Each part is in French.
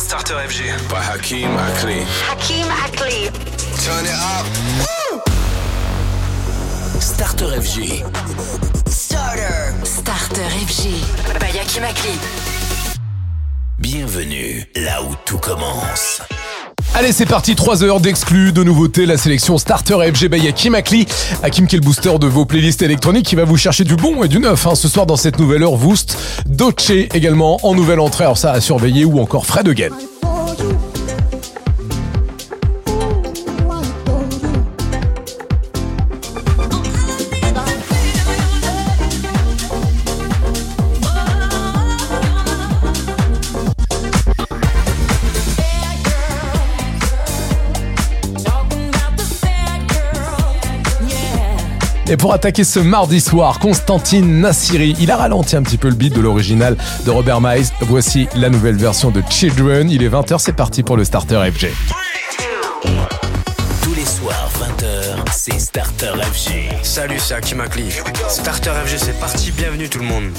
Starter FG. By Hakeem Akli. Hakeem Akli. Turn it up. Woo! Starter FG. Starter FG. By Hakeem Akli. Bienvenue là où tout commence. Allez, c'est parti, 3 heures d'exclus, de nouveautés, la sélection Starter FG by Hakeem Akli. Hakeem qui est le booster de vos playlists électroniques, qui va vous chercher du bon et du neuf. Ce soir dans cette nouvelle heure, Woost, Doce également en nouvelle entrée, alors ça à surveiller, ou encore Fred Again. Et pour attaquer ce mardi soir, Constantine Nassiri, il a ralenti un petit peu le beat de l'original de Robert Miles. Voici la nouvelle version de Children. Il est 20h, c'est parti pour le Starter FG. Tous les soirs, 20h, c'est Starter FG. Salut, c'est Hakeem Akli. Starter FG, c'est parti, bienvenue tout le monde.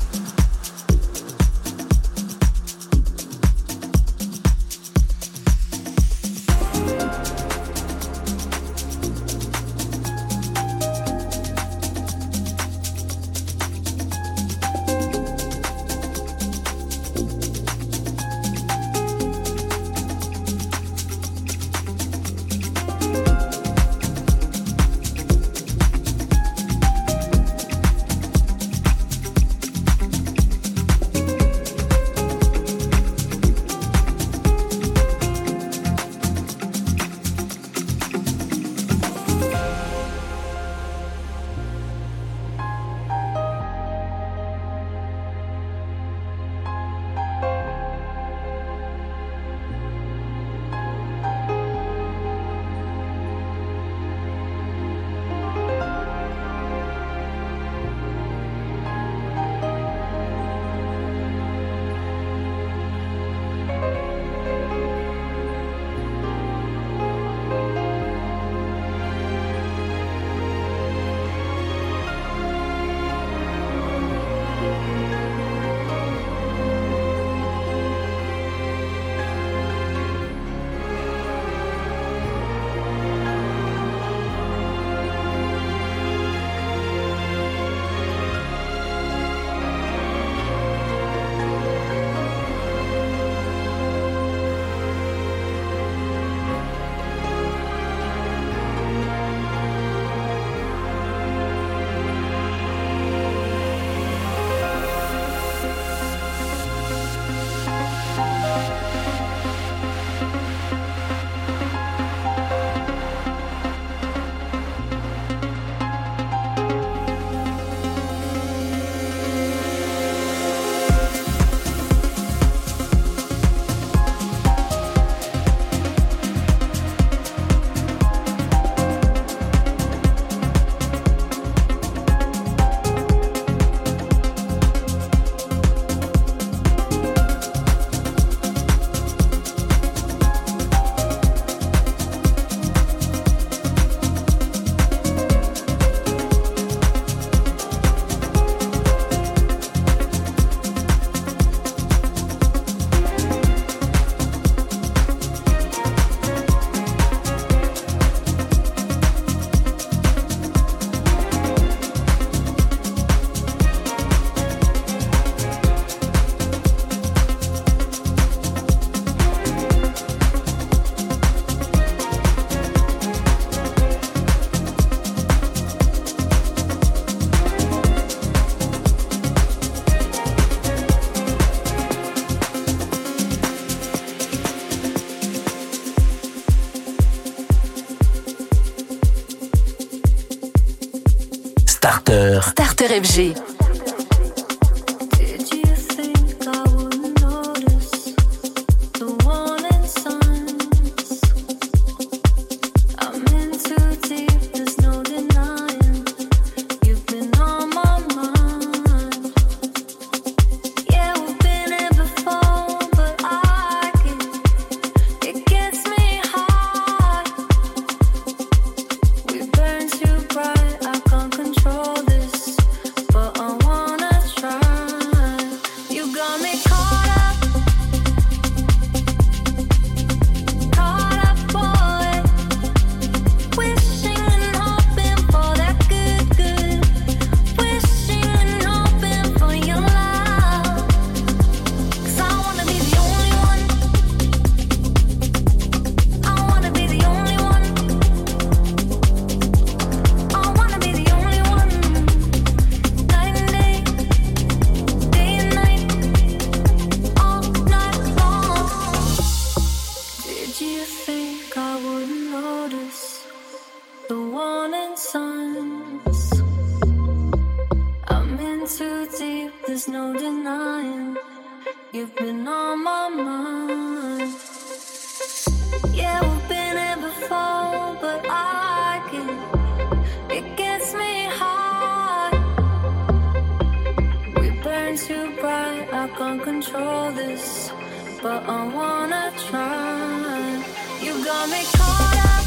Starter FG. Burn too bright, I can't control this. But there's no denying you've been on my mind. Yeah, we've been here before, but it gets me hot. We burn too bright, I can't control this, but I wanna try. You got me caught up.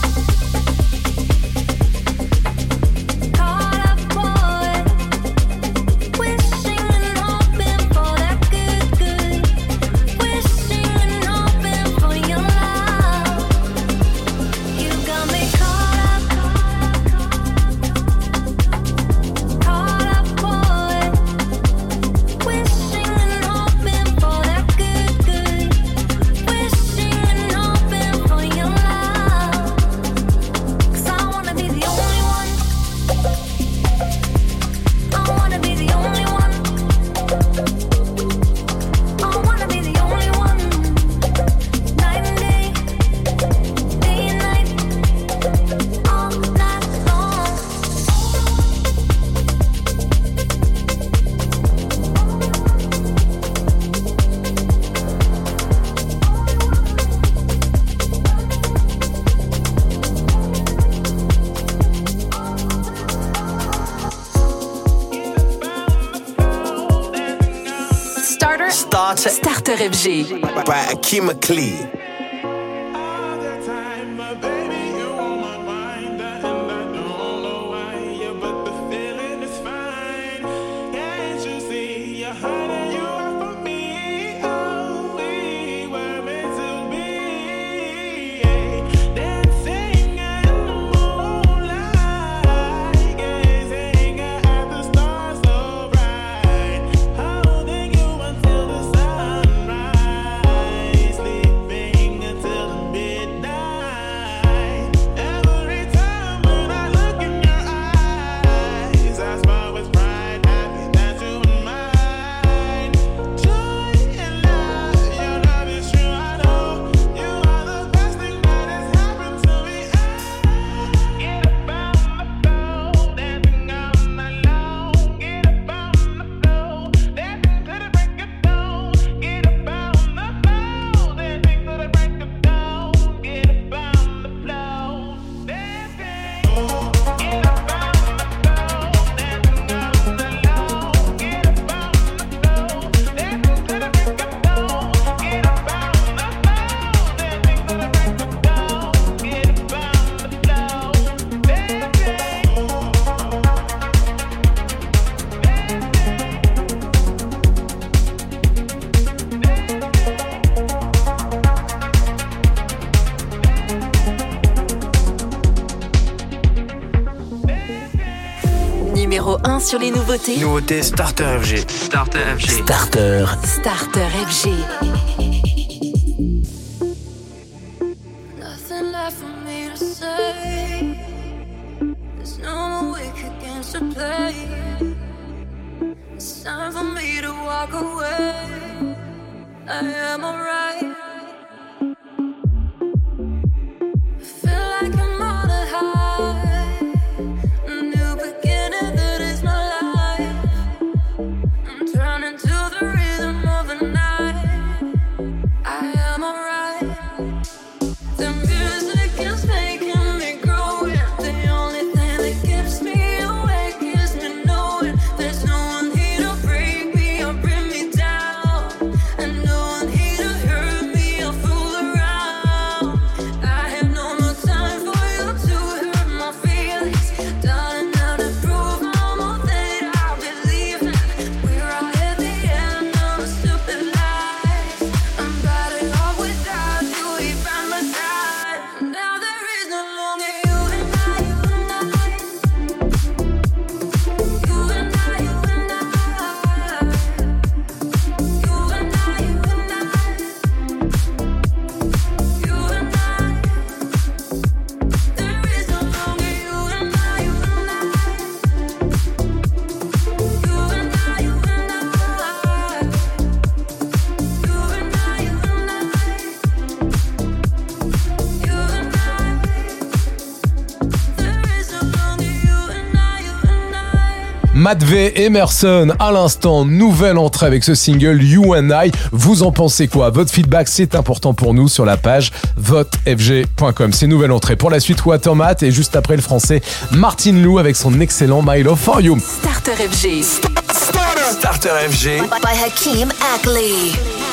Starter FG by Akeem McLean. Numéro 1 sur les nouveautés. Nouveauté Starter FG. Starter FG. Starter. Starter FG. Nothing left for me to say. There's no more wicked games to play. It's time for me to walk away. I am alright. I feel like I'm on a high. A new beginning, that is my life. I'm turning to the rhythm of a night. I am alright. The music is making me grow. The only thing that keeps me awake is me knowing there's no one here to break me or bring me down, and no one here to hurt me Matvey Emerson, à l'instant, nouvelle entrée avec ce single You and I. Vous en pensez quoi? Votre feedback, c'est important pour nous sur la page votefg.com. C'est nouvelle entrée. Pour la suite, Watermat et juste après le français Martin Lou avec son excellent My Love for You. Starter FG. Starter FG. By Hakeem Ackley.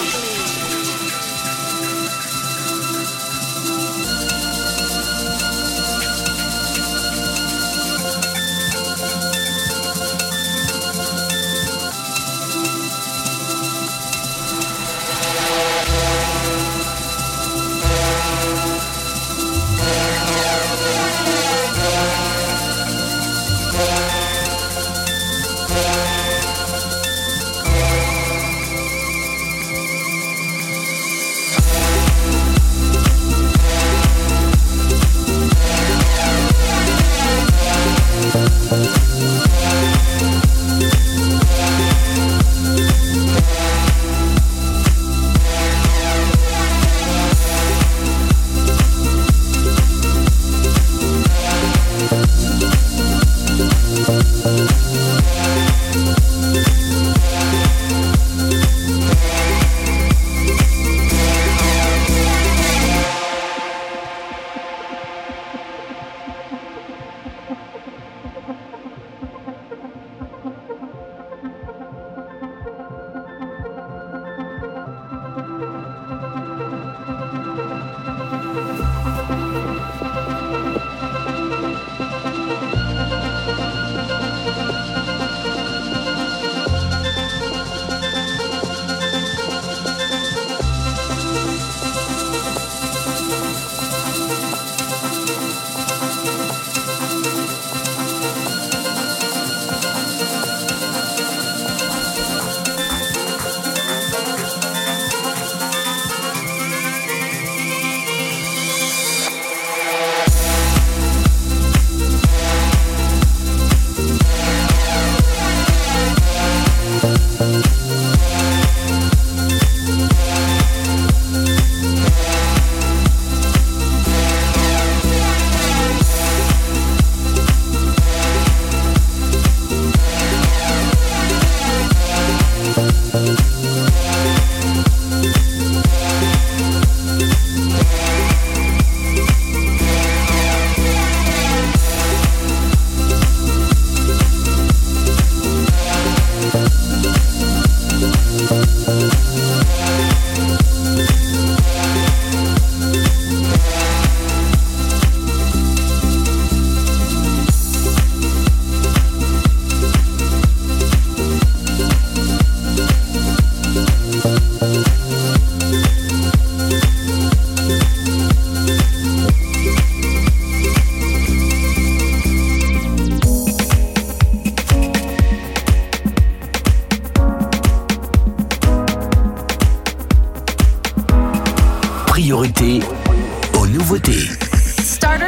Priorité aux nouveautés. Starter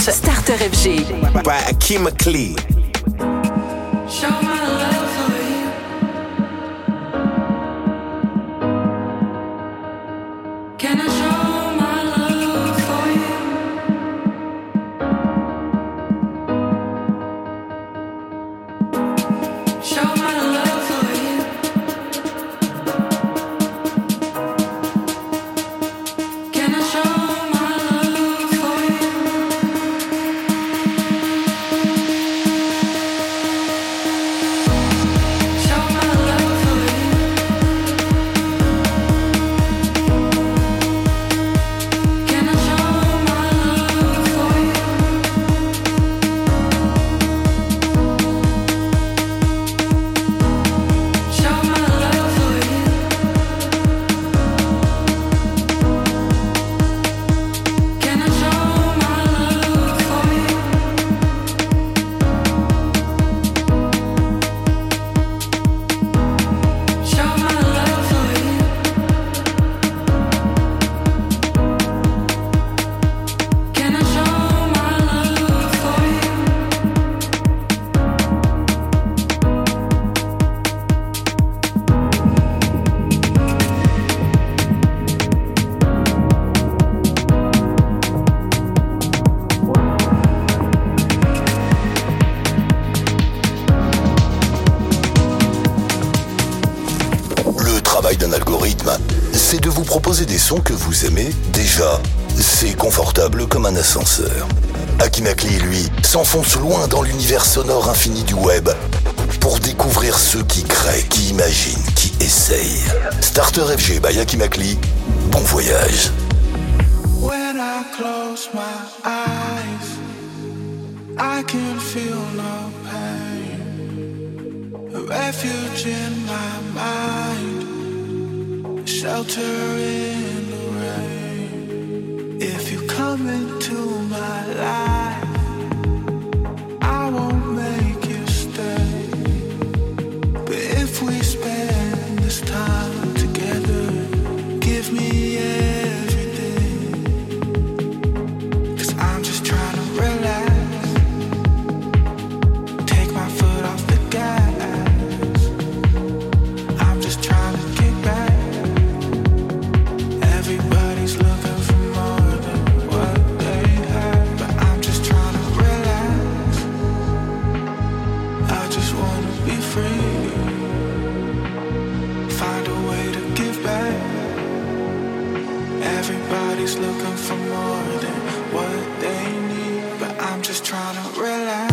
FG. By Hakeem Ackley. Show my love for you. Can I show my love for you? Show my love for you. Can I show my love for you? rythme, c'est de vous proposer des sons que vous aimez déjà. C'est confortable comme un ascenseur. Hakim Akli, lui, s'enfonce loin dans l'univers sonore infini du web pour découvrir ceux qui créent, qui imaginent, qui essayent. Starter FG by Hakim Akli, bon voyage. When I close my eyes, I can feel no pain. A refuge in my mind, shelter in the rain. If you come into my life, I won't make you stay. But if we spend this time together, give me everything. 'Cause I'm just trying to relax, take my foot off the gas. I'm just trying to kick back. Everybody's looking for more than what they have, but I'm just trying to relax. I just wanna be free, find a way to give back. Everybody's looking for more than what they need, but I'm just trying to relax.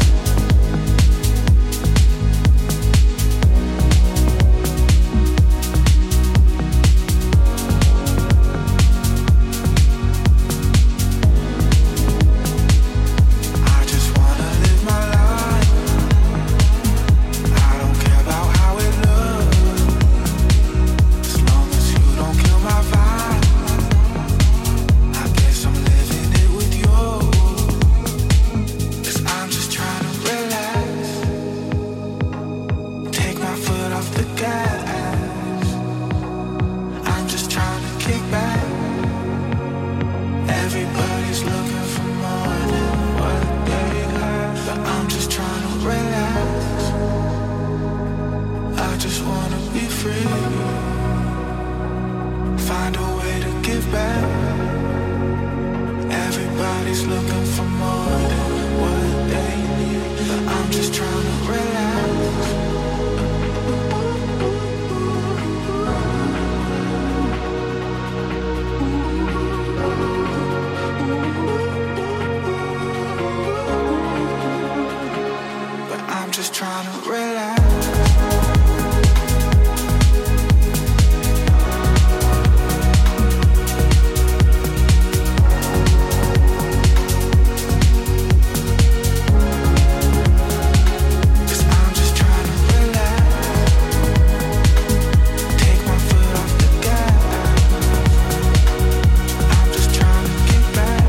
I just wanna live my life. I don't care about how it looks, as long as you don't kill my vibe. I guess I'm living it with you, 'cause I'm just trying to relax, take my foot off the gas. I'm just trying to kick back. Everybody's looking for more than what they have, but I'm just trying to relax. I just wanna be free, find a way to give back. Everybody's looking for more than what they need, but I'm just trying to relax. But I'm just trying to relax. Cause I'm just trying to relax, take my foot off the gas. I'm just trying to get back.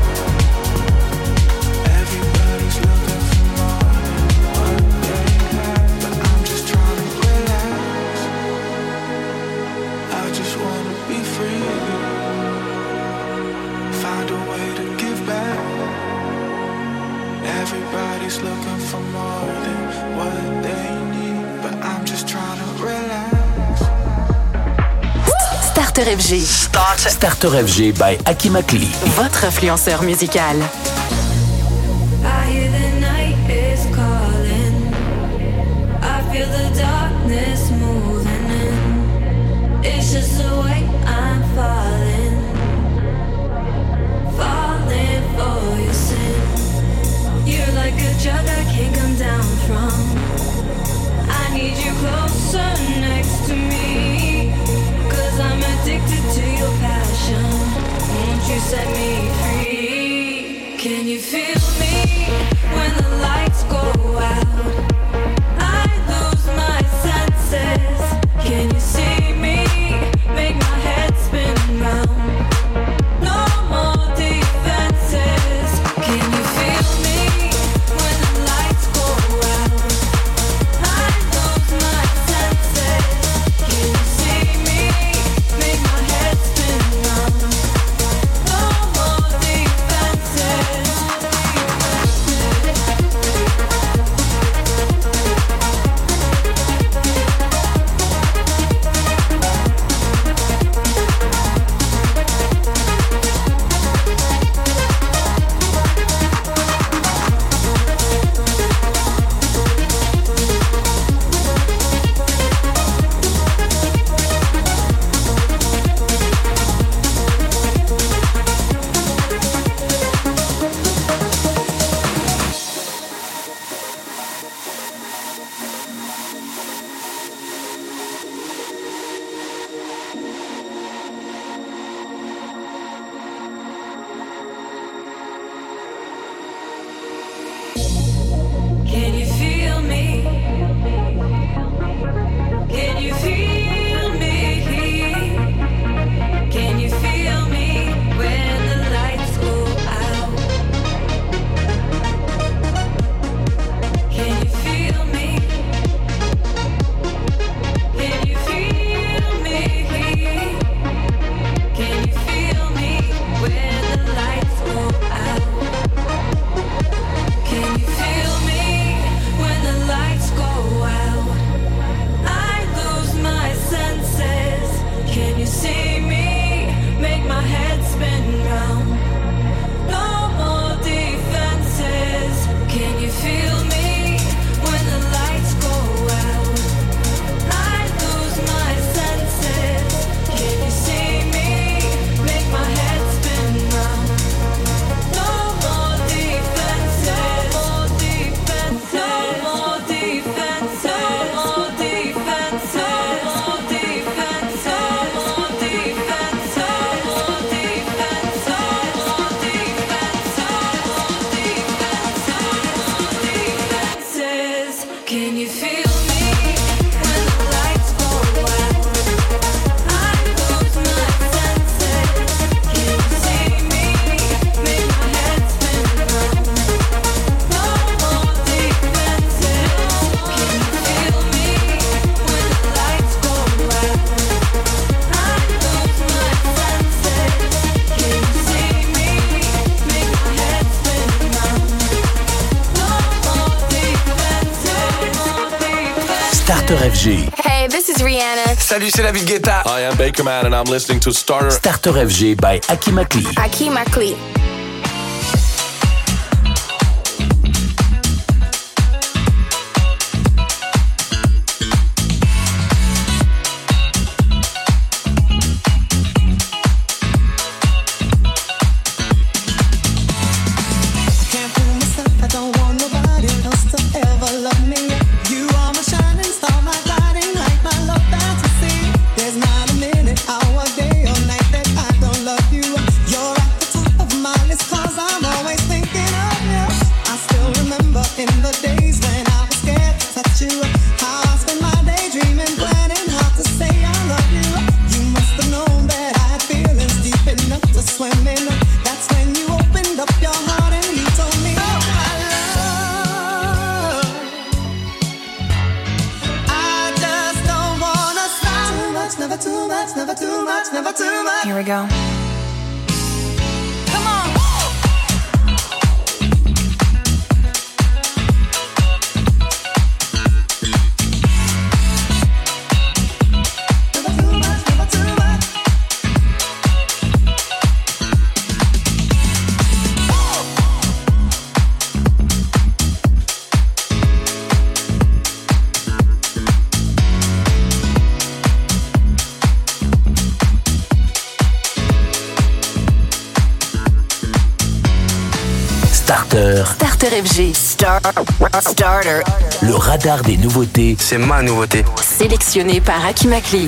Everybody's looking for more than what they have, but I'm just trying to relax. I just wanna be free, find a way to give back. Everybody's looking for more than what they need, but I'm just trying to relax. Starter FG, Starter FG by Hakim Akli. votre influenceur musical. I hear the night is calling. I feel the darkness moving in. It's just the way I'm falling, falling for your sin. You're like a drug I can't come down from. I need you closer next to me, 'cause I'm addicted to your passion. Won't you set me free? Can you feel me when the lights go out? I lose my senses. Can you see me? Make my head spin round. No more defenses. Can you feel me when the lights go out? I lose my senses. Can you see me? Make my head spin round. No more defenses. Starter FG. Hey, this is Rihanna. Salut, c'est David Guetta. Hi, I'm Baker Man and I'm listening to Starter. Starter FG by Hakim Akli. Hakim Akli. Here we go. Starter FG. Starter. Le radar des nouveautés. C'est ma nouveauté. Sélectionné par Hakim Akli.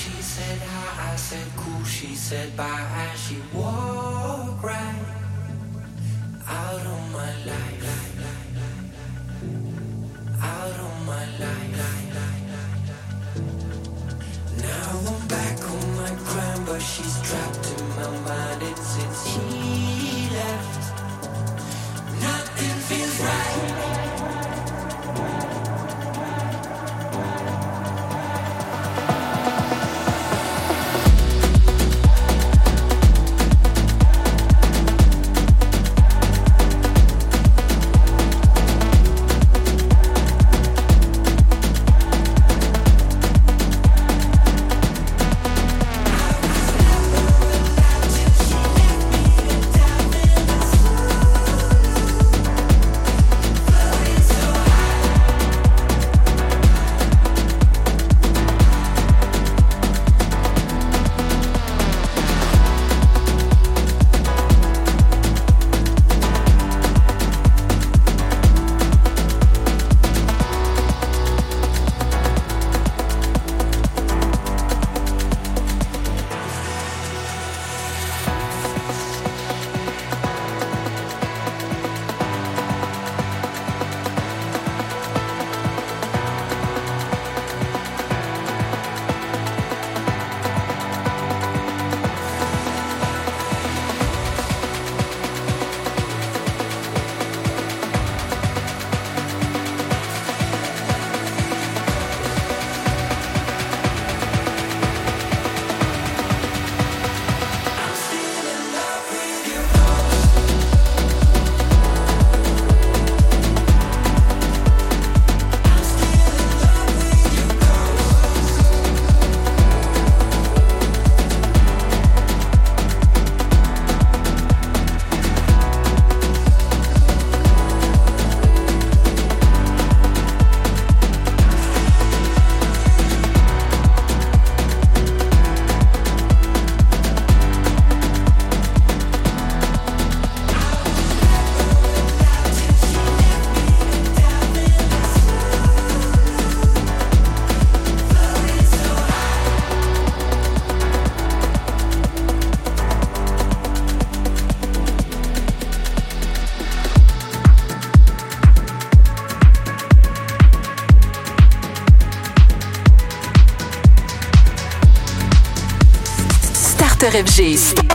Starter FG.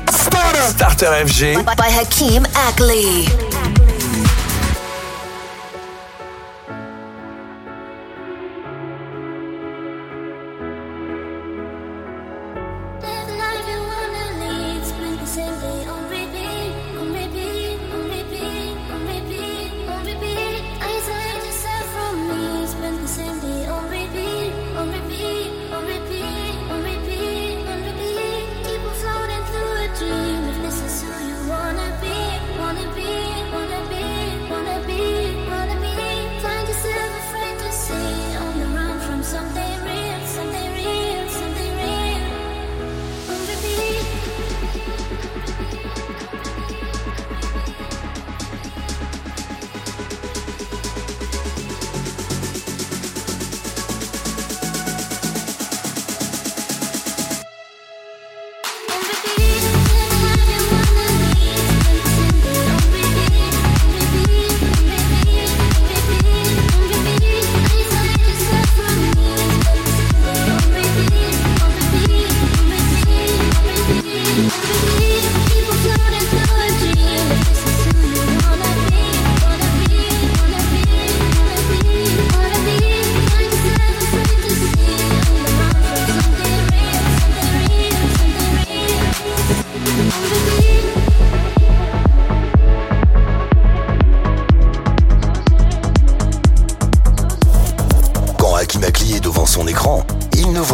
Starter FG. By Hakim Akli. Isolate yourself from me, spend the same day on repeat.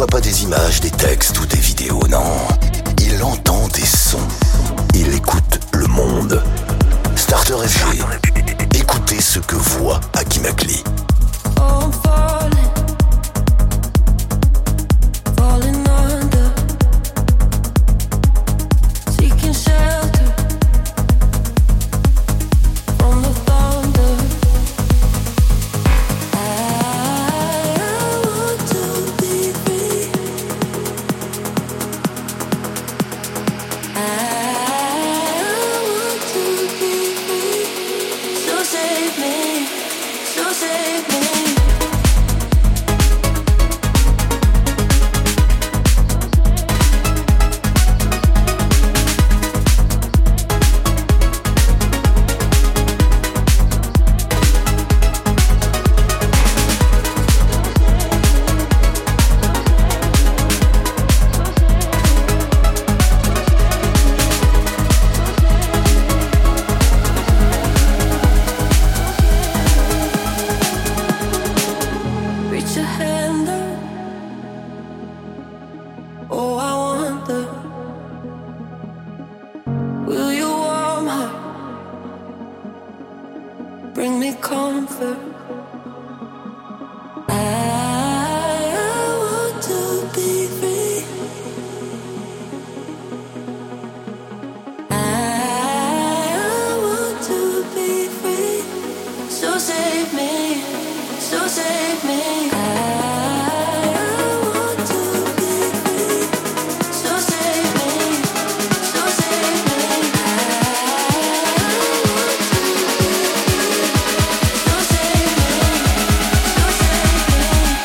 voit pas des images, des textes ou des vidéos, non. Il entend des sons. Il écoute le monde. Starter FG. Écoutez ce que voit Hakim Akli. I'm falling under, seeking shelter from the thunder. I want to be free. I want to be free. So save me, so save me. Reach your hand up. Oh, I wonder, will you warm her? Bring me comfort. I want to be free. I want to be free. So save me, so save me. I want to be free. So save me, so save me. I want to be free. So save me, so save me.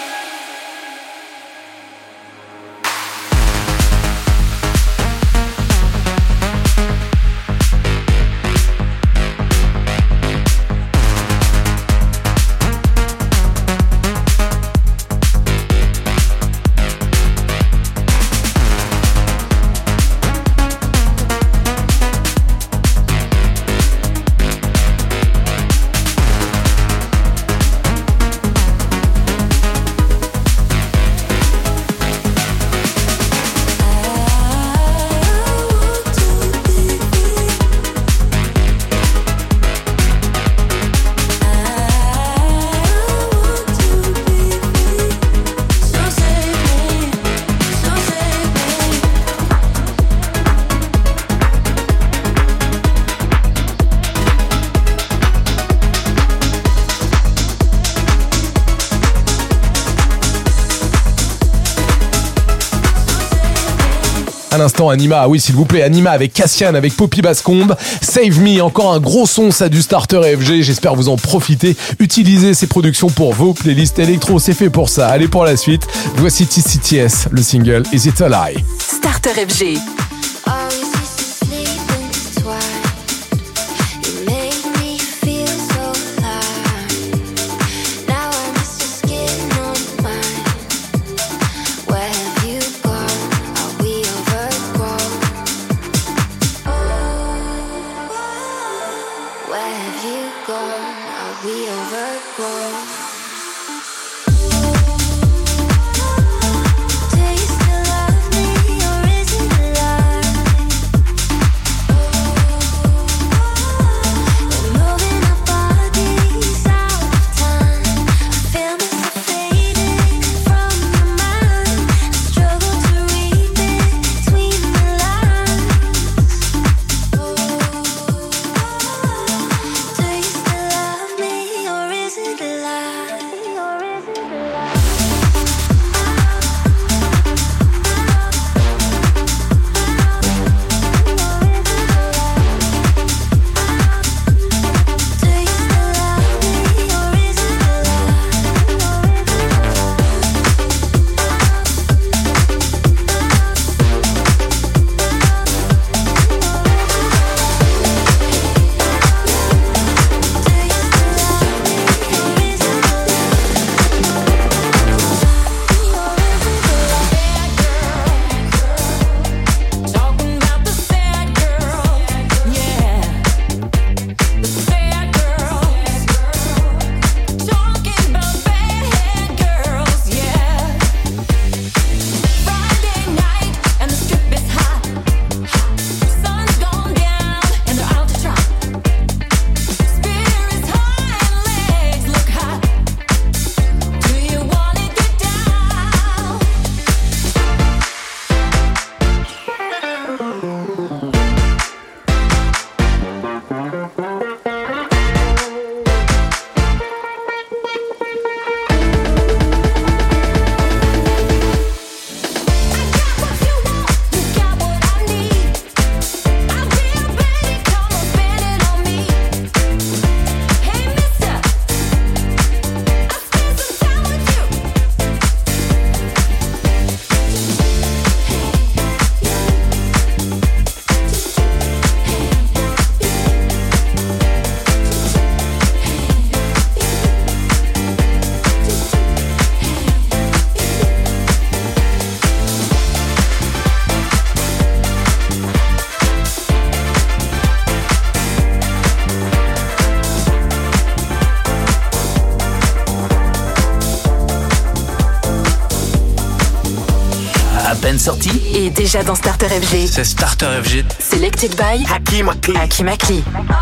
À l'instant, Anima, oui s'il vous plaît, Anima avec Cassian, avec Poppy Bascombe. Save Me, encore un gros son, ça du Starter FG. J'espère vous en profiter. Utilisez ces productions pour vos playlists électro, c'est fait pour ça. Allez pour la suite. Voici TCTS, le single Is It a Lie. Starter FG. Do you still love me or is it a lie? sorti Et déjà dans Starter FG. C'est Starter FG. Selected by Hakim Akli. Hakim Akli.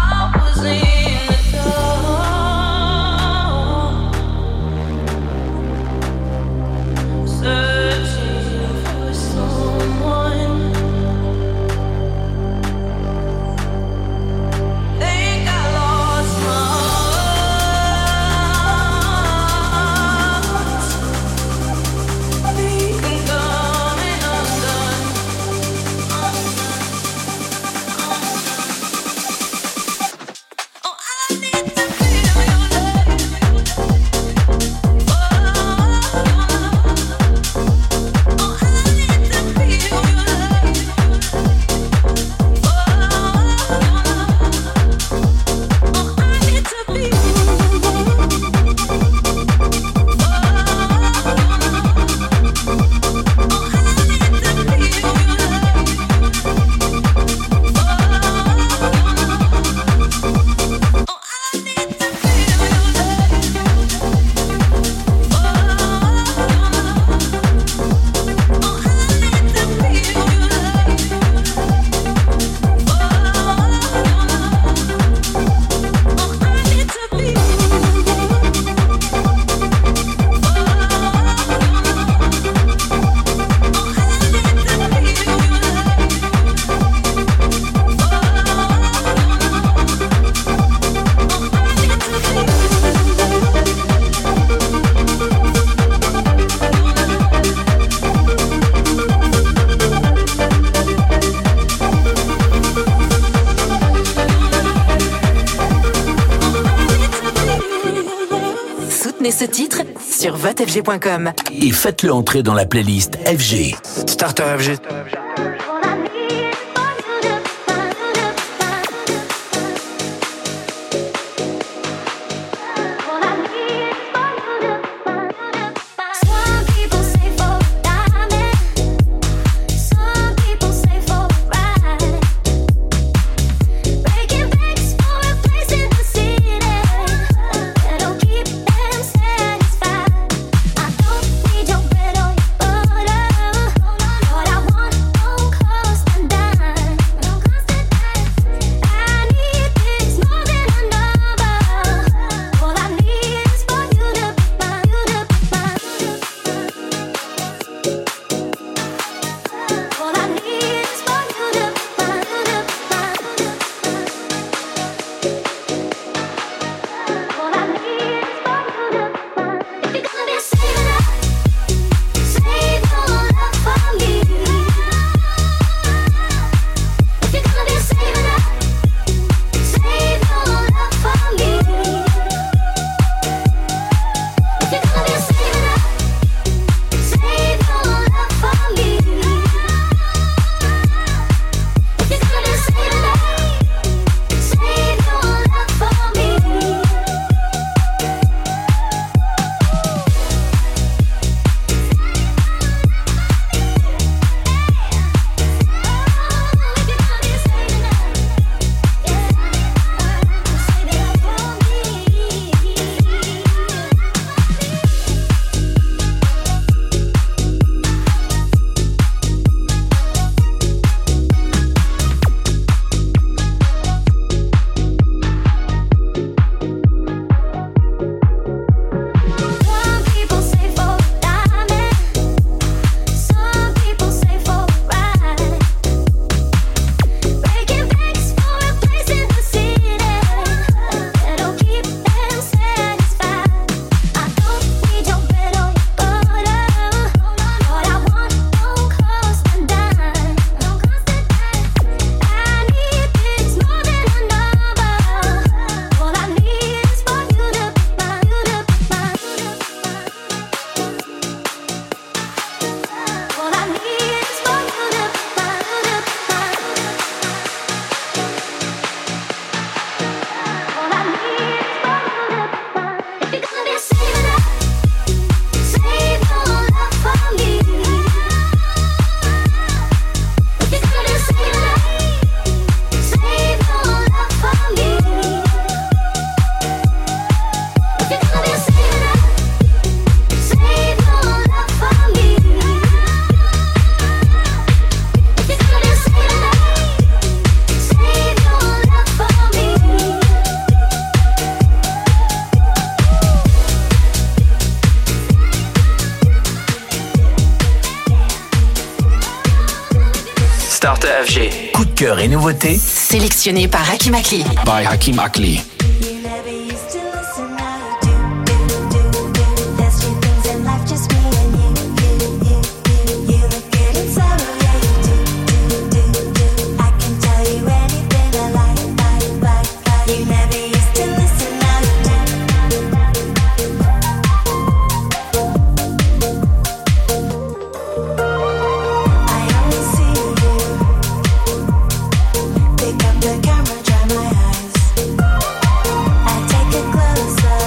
Soutenez ce titre sur votefg.com. et faites-le entrer dans la playlist FG. Starter FG. But I want FG. Coup de cœur et nouveautés Sélectionné par Hakim Akli. by Hakim Akli. You never used to listen, now you do. There's few things in life, just me and you. You look good inside, oh yeah, you do. I can tell you anything I like. You never used to listen, now you do. I only see you. Pick up the camera, dry my eyes. I take it closer,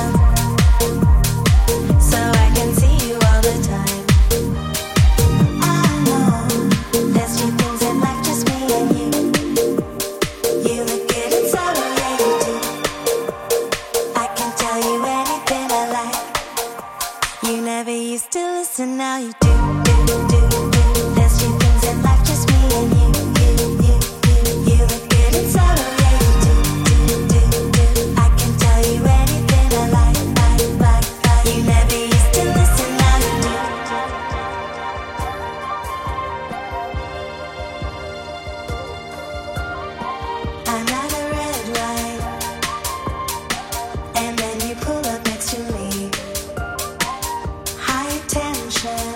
so I can see you all the time. I know there's few things in life, just me and you. You look good inside, oh yeah you do. I can tell you anything I like. You never used to listen, now you do. There's few things in life, just me and you. You look good inside, oh yeah you do. I can tell you anything I like. You never used to listen, now you do. Another red light, and then you pull up next to me. High tension,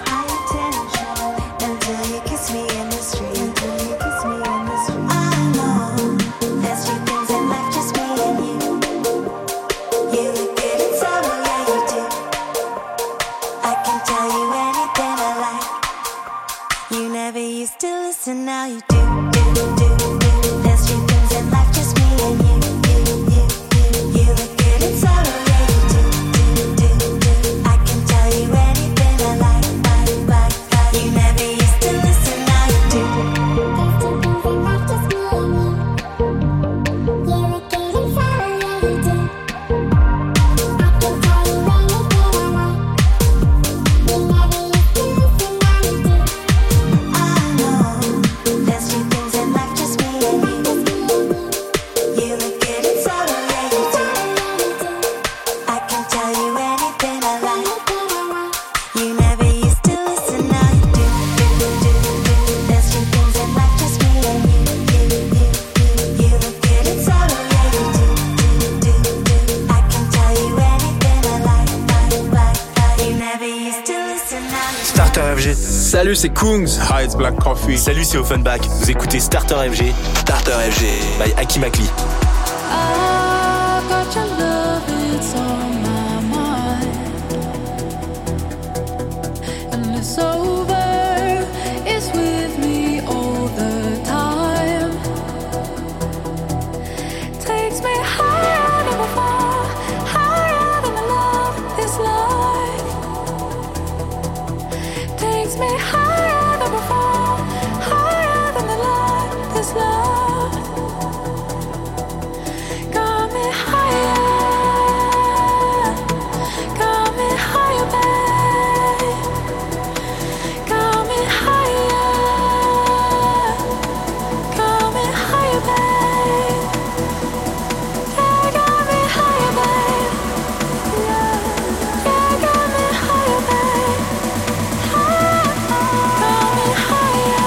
until you kiss me in the street. I know there's few things in life, just me and you. You look good inside, oh yeah you do. I can tell you anything I like. You never used to listen, now you do. There's few things in life, just me and you. You look good inside, oh yeah you do. I can tell you anything I like. You never used to listen, now you do. I know there's few things in life, just me and you. You look good inside, oh yeah you do. I can tell you anything I like. You never used to listen, now you do. There's few things in life, just me and you. You look good inside, oh yeah you do. I can tell you anything I like. You never used to listen, now you do. Starter FG. Salut, c'est Kungs. Hi, it's Black Coffee. Salut, c'est Offenbach. Vous écoutez Starter FG. Starter FG by Hakim Akli. I got your love, it's on my mind. And it's over, it's with me all the time. Takes me higher than before, higher than the love this life. Takes me higher than before, higher than the love this love. Got me higher, babe. Got me higher, babe. Yeah, got me higher, babe. Yeah, got me higher, babe. Got me higher,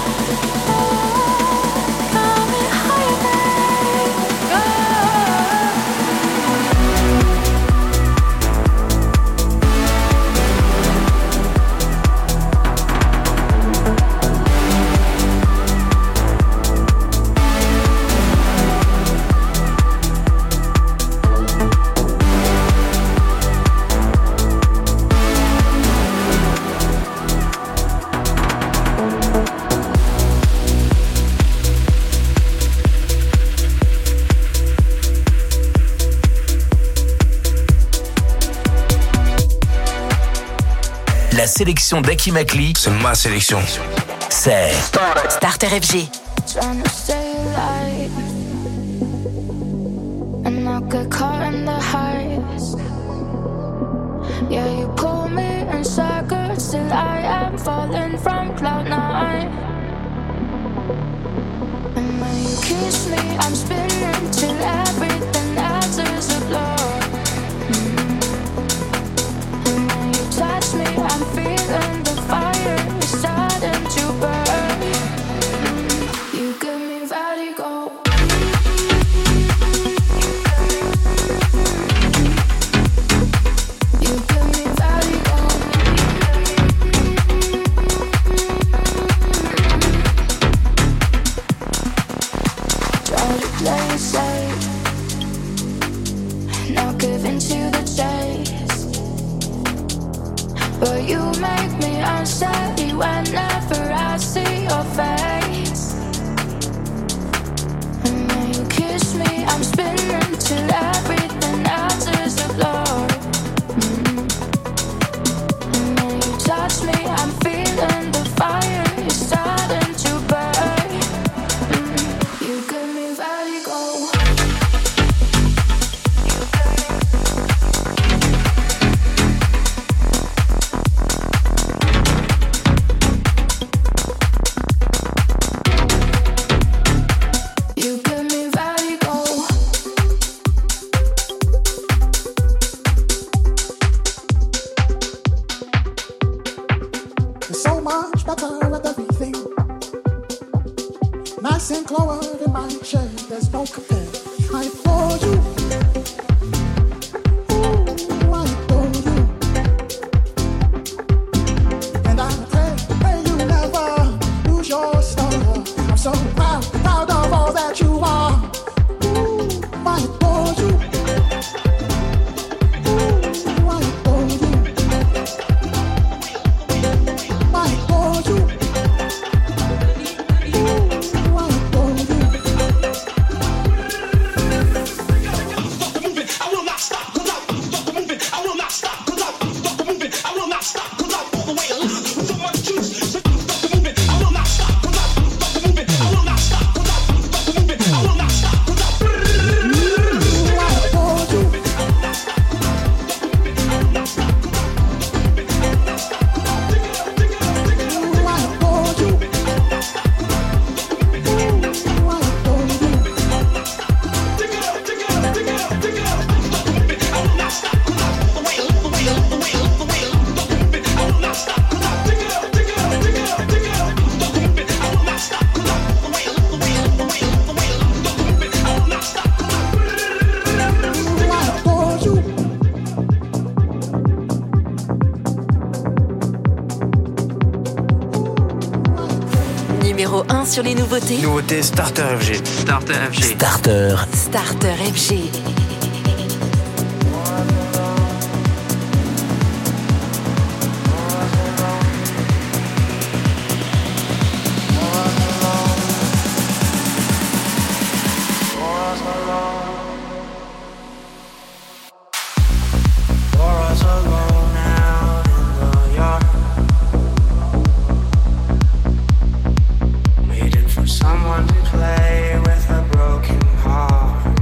La sélection d'Hakim Akli, C'est ma sélection. c'est Starter FG. Trying to stay alive and not get caught in the highs. Yeah, you pull me in circles till I am falling from cloud nine. And when you kiss me, I'm spinning till everything else is a blur. And when you touch me, I'm feeling the fire is starting to burn. to the chase. But you make me unsteady whenever I see your face. And when you kiss me, I'm spinning till everything else is a blur. And when you touch me, I'm feeling the fire is starting to burn. You give me vertigo. Nice and clover in my shirt, there's no compare. I adore you. Ooh, I adore you. And I pray you never lose your star. I'm so proud of all that you are. Ooh, I adore you. Ooh, I adore you. I adore you. Numéro 1 sur les nouveautés. Nouveauté Starter FG. Starter FG. Starter FG. Someone to play with a broken heart.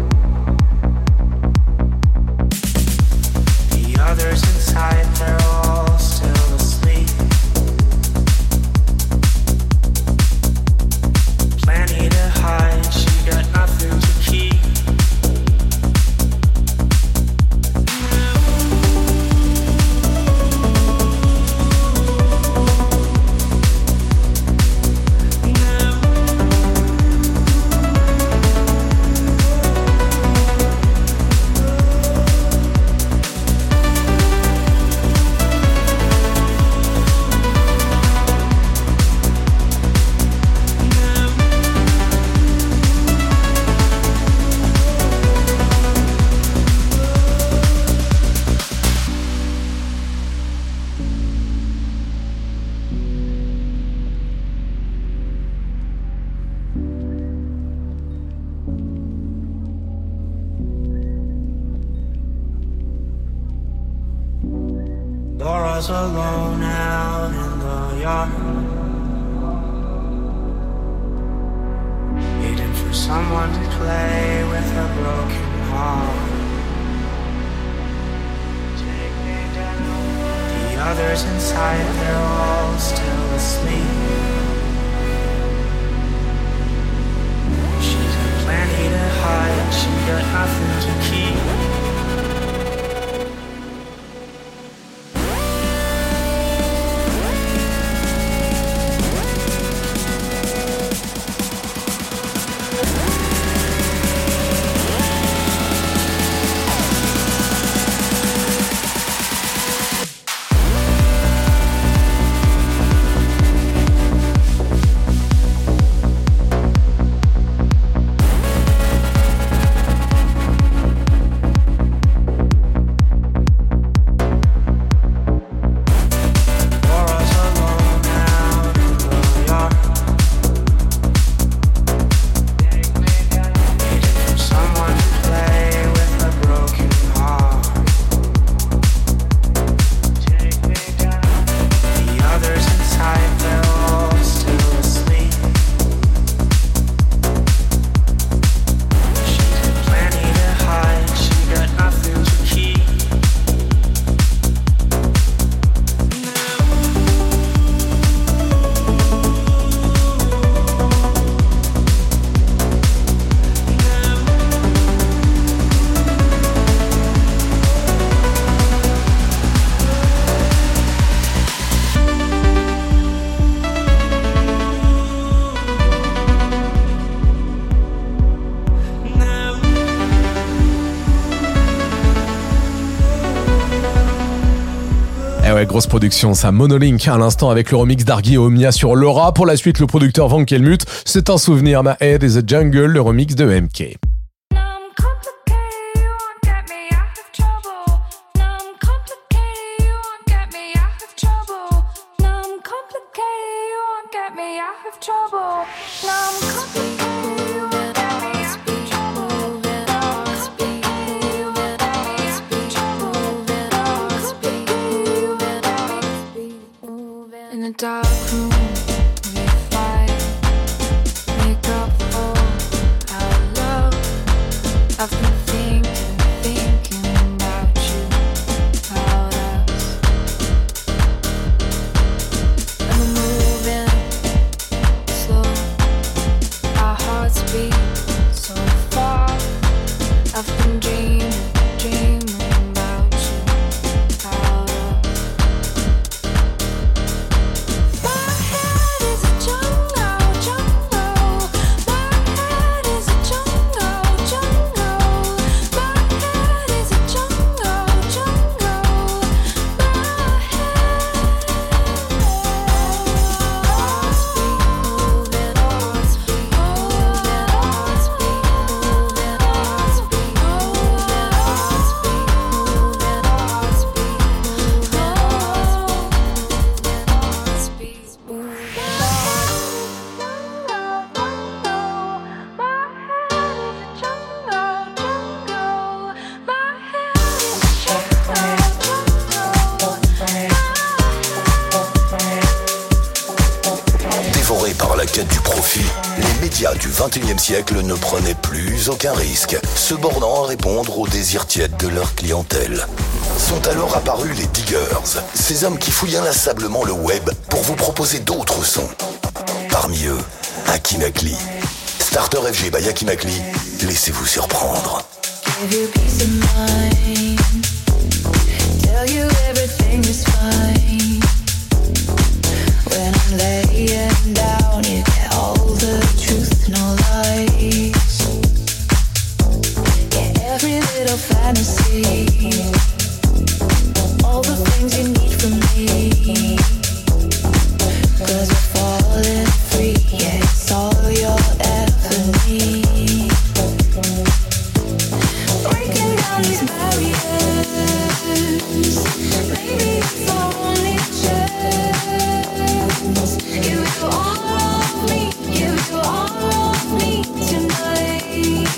was alone out in the yard, waiting for someone to play with a broken heart. Take me down. The others inside, they're all still asleep. She's got plenty to hide, she got nothing to keep. Eh ouais, grosse production, ça. Monolink à l'instant avec le remix d'Argy et Omnia sur Laura. Pour la suite, le producteur Van Kelmuth. C'est un souvenir, My Head is a Jungle, le remix de MK. In a dark room, we fight, make up for our love. I've been thinking about you, about us. And we're moving slow, our hearts beat so far. I've been dreaming about you, about us. Dévorés par la quête du profit, les médias du XXIe siècle ne prenaient plus aucun risque, se bornant à répondre aux désirs tièdes de leur clientèle. Sont alors apparus les diggers, ces hommes qui fouillent inlassablement le web pour vous proposer d'autres sons. Parmi eux, Hakim Akli. Starter FG by Hakim Akli, laissez-vous surprendre. Give you peace of mind. Tell you everything is fine. When I'm laying down, you get all the truth, no lies. Get every little fantasy. All the things you need from me. 'Cause you're falling free, yeah, it's all you'll ever need. Breaking down these barriers. Maybe it's our only chance. Give you all of me, give you all of me tonight.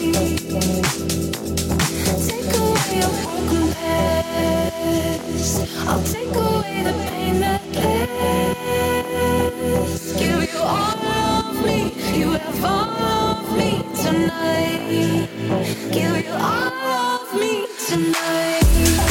Take away your broken past. I'll take away the pain that lasts. Give you all of me, you have all of me tonight. Give you all of me tonight.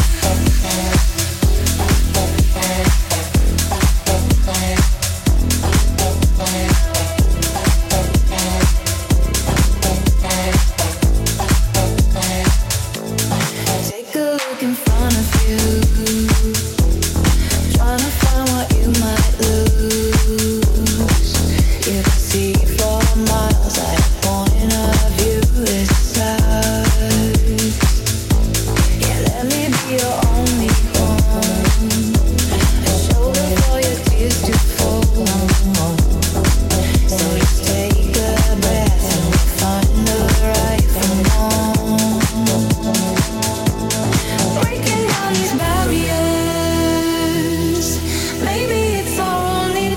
Take a look in front of you. Trying to find what you might lose. You can see for miles at a point of view. It's sad. Yeah, let me be your only one. A shoulder for your tears to fall. So just take a breath and we'll find the right from wrong. Breaking down these barriers. Maybe it's our only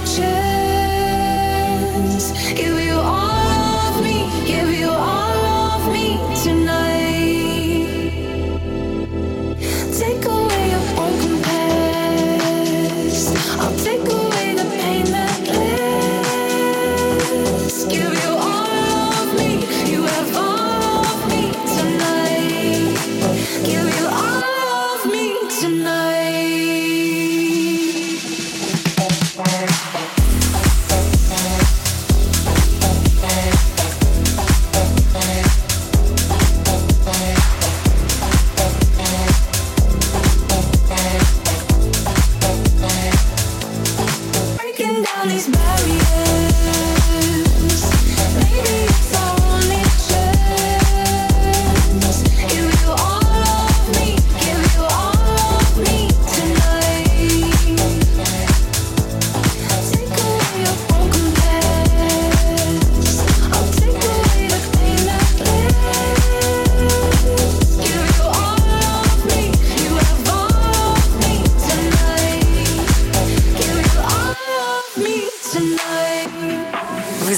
chance. Give you all of me, give you all of me tonight. Take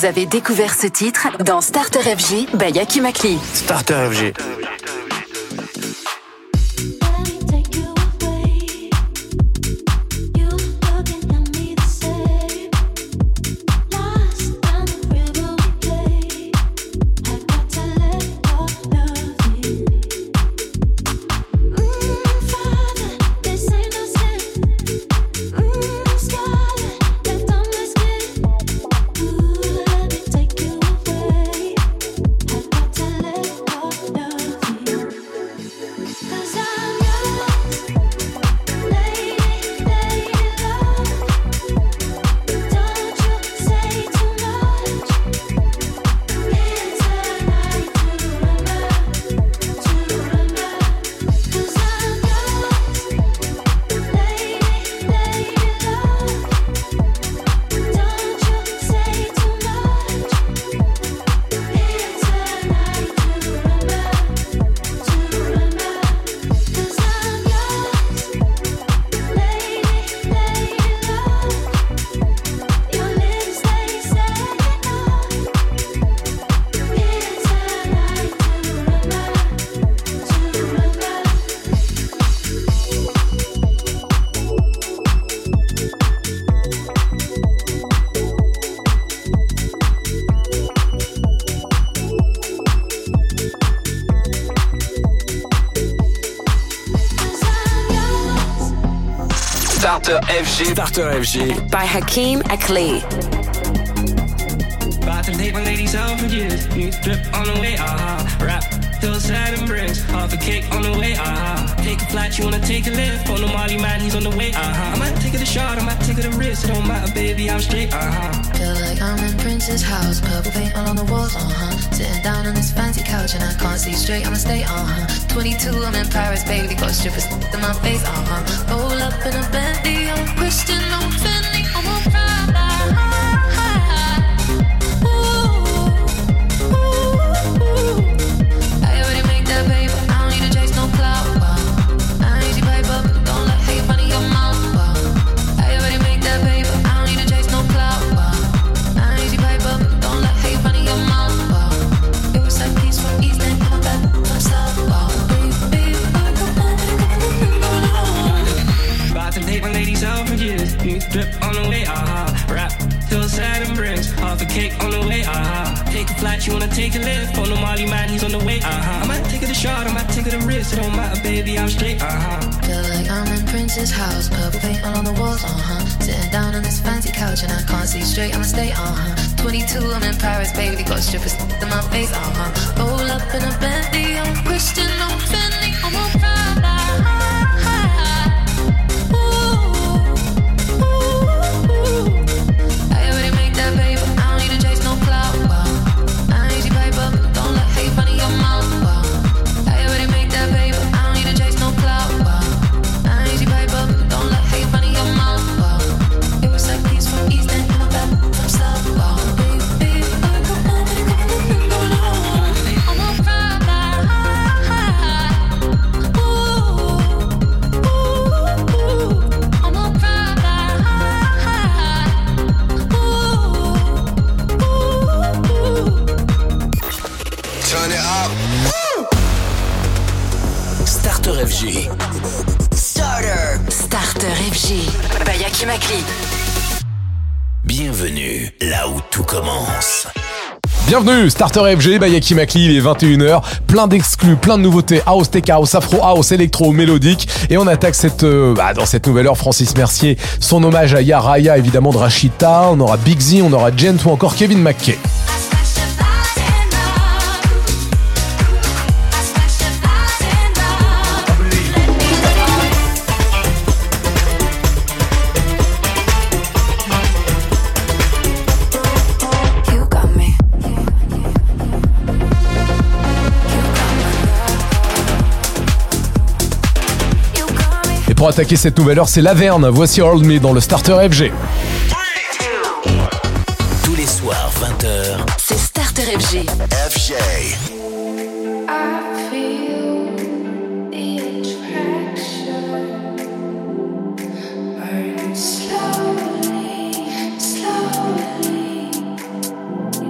Vous avez découvert ce titre dans Starter FG by Hakim Akli. Starter FG. Starter FG. Starter FG. By Hakim Akli. About to take my ladies out for years. New drip on the way, rap till sad and bricks. Half a cake on the way, Take a flight, you wanna take a lift. On the Molly man, he's on the way, I might take it a shot, I might take it a risk. It don't matter, baby, I'm straight, Feel like I'm in Prince's house. Purple paint all on the walls, Sitting down on this fancy couch and I can't see straight, I'ma stay, 22, I'm in Paris, baby. Got strippers in my face, Roll up in a Bentley, I'm a Christian, I'm a Fendi, I'm a Prada. I already make that paper, I don't need to chase no clout. I ain't easy paper, don't let hate funny your mouth. I already make that paper, I don't need to chase no clout. I ain't easy paper, don't let hate funny your mouth. It was like peace from East and come back from South. About to take my ladies out for years. New drip on the way, rap till sad and bricks. Half a cake on the way, Take a flight, you wanna take a lift. On the Molly man, he's on the way, I might take it a shot, I might take it a risk. It don't matter, baby, I'm straight, Feel like I'm in Prince's house. Purple paint all on the walls, Sitting down on this fancy couch and I can't see straight, I'ma stay, 22, I'm in Paris, baby. Got strippers in my face, Roll up in a Bentley, I'm a Christian, I'm a Fendi, I'm a Prada. I already make that paper, I don't need to chase no clout. I ain't easy paper, don't let hate funny your mouth. I already make that paper, I don't need to chase no clout. I ain't easy paper, don't let hate funny your mouth. It was like peace from East and come back from South. Baby, come on, I'm a Prada. I'm a Prada. Turn it up. Starter FG. Starter FG by Hakim Akli. Bienvenue là où tout commence. Bienvenue, Starter FG by Hakim Akli, il est 21h, plein d'exclus, plein de nouveautés, house, tech house, afro house, électro, mélodique, et on attaque dans cette nouvelle heure, Francis Mercier, son hommage à Yaraya, évidemment de Rachita, on aura Big Z, on aura Gent ou encore Kevin McKay. Pour attaquer cette nouvelle heure, c'est Laverne. Voici Hold Me dans le Starter FG. Tous les soirs, 20h. C'est Starter FG. FG. I feel the attraction burn slowly, slowly.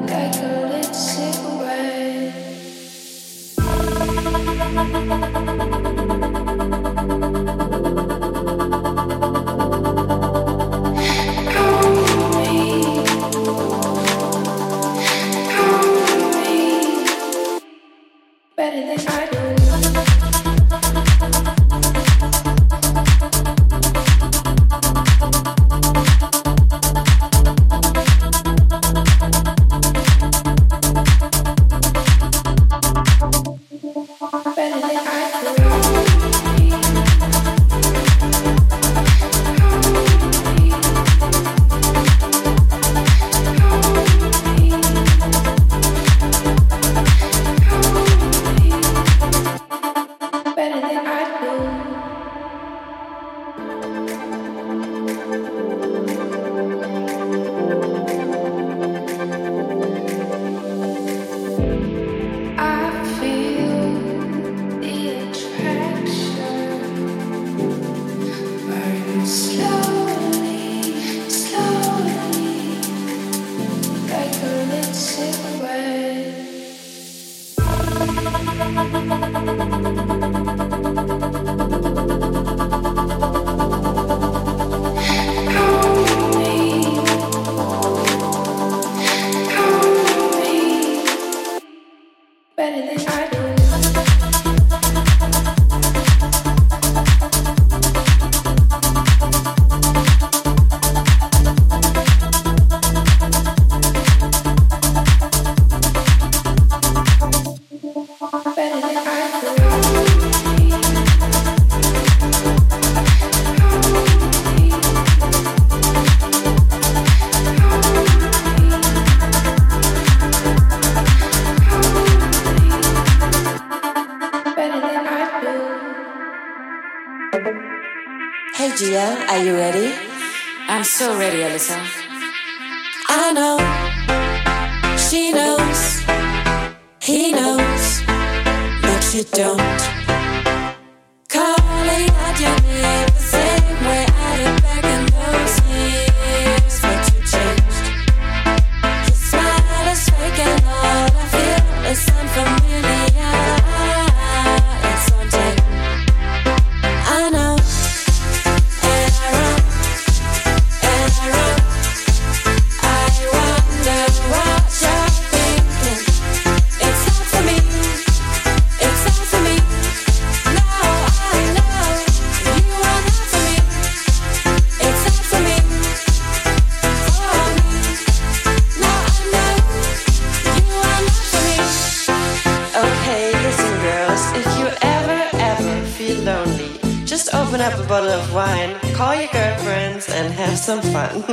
Hey Gia, are you ready? I'm so ready, Alyssa. I know, she knows, he knows, but you don't. Calling out your name the same way I did back in those years, but you changed. Your smile is fake and all I feel is unfamiliar. It's on tape. I know, and I run, and I run. I wonder what you're thinking. It's not for me. It's not for me. No, I know you are not for me. It's not for me. For me. No, I know you are not for me. Okay, listen girls, if you ever feel lonely, just open up a bottle of wine, call your girlfriends and have some fun.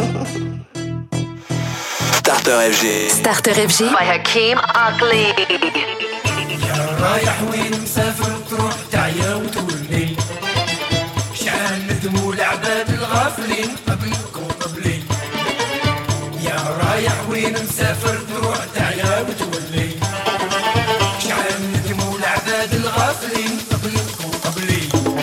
Starter FG. Starter FG by Hakeem Ugly. رايح وين مسافر تروح تعيا وتولي شعال ندموا العباد الغافلين قبلك وقبلي يا رايح وين مسافر تروح تعيا وتولي شعال ندموا العباد الغافلين قبلك وقبلي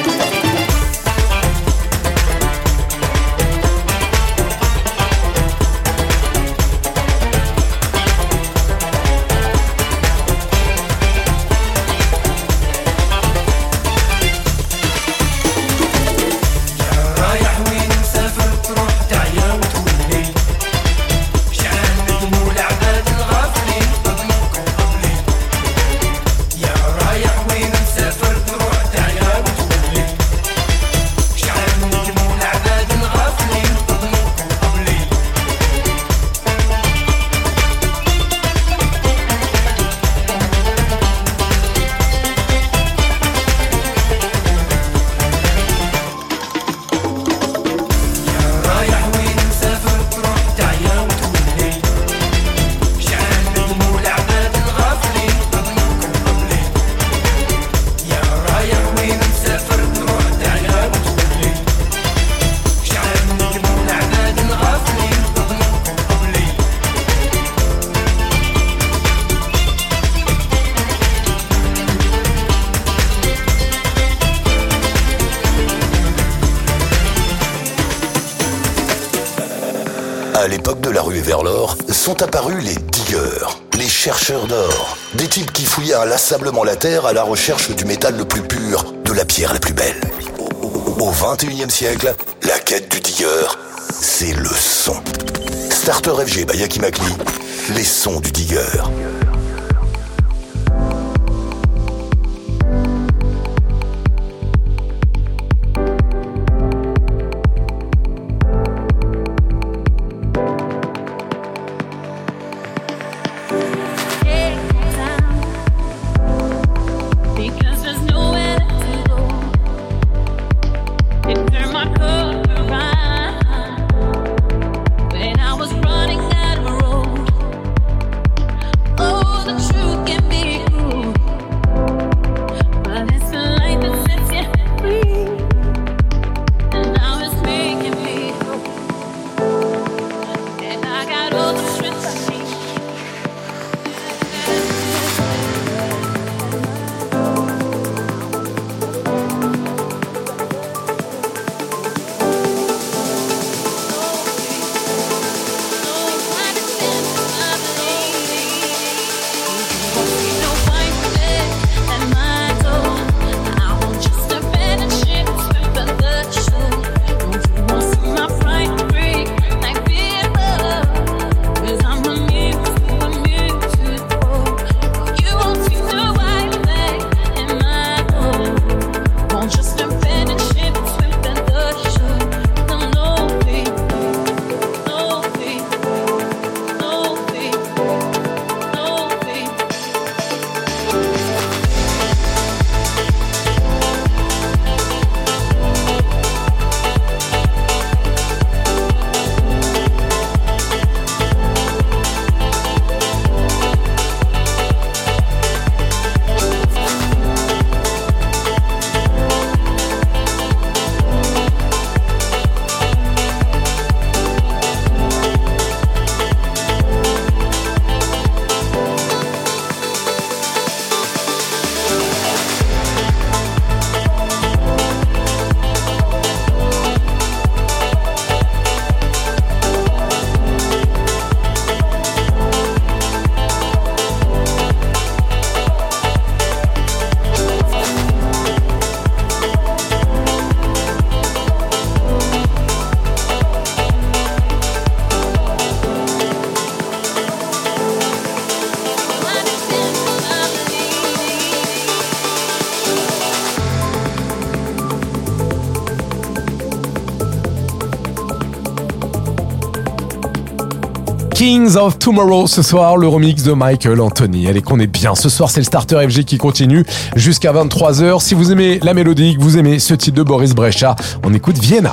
رايح وين مسافر تروح تعيا وتولي شعال ندموا العباد الغافلين قبلك وقبلي يا رايح وين مسافر تروح تعيا وتولي شعال ندموا العباد الغافلين قبلك وقبلي رايح وين مسافر تروح تعيا وتولي شعال ندموا العباد الغافلين قبلك وقبلي يا رايح وين مسافر تروح تعيا وتولي شعال ندموا العباد الغافلين قبلك وقبلي À l'époque de la ruée vers l'or, sont apparus les diggers, les chercheurs d'or. Des types qui fouillaient inlassablement la terre à la recherche du métal le plus pur, de la pierre la plus belle. Au XXIe siècle, la quête du digger, c'est le son. Starter FG by Hakeem Ugly, les sons du digger. Because there's nowhere to go. It turned my car around when I was running out of a road. Oh, Kings of Tomorrow ce soir, le remix de Michael Anthony. Allez, qu'on est bien. Ce soir, c'est le Starter FG qui continue jusqu'à 23h. Si vous aimez la mélodie, que vous aimez ce titre de Boris Brejcha, on écoute Vienna.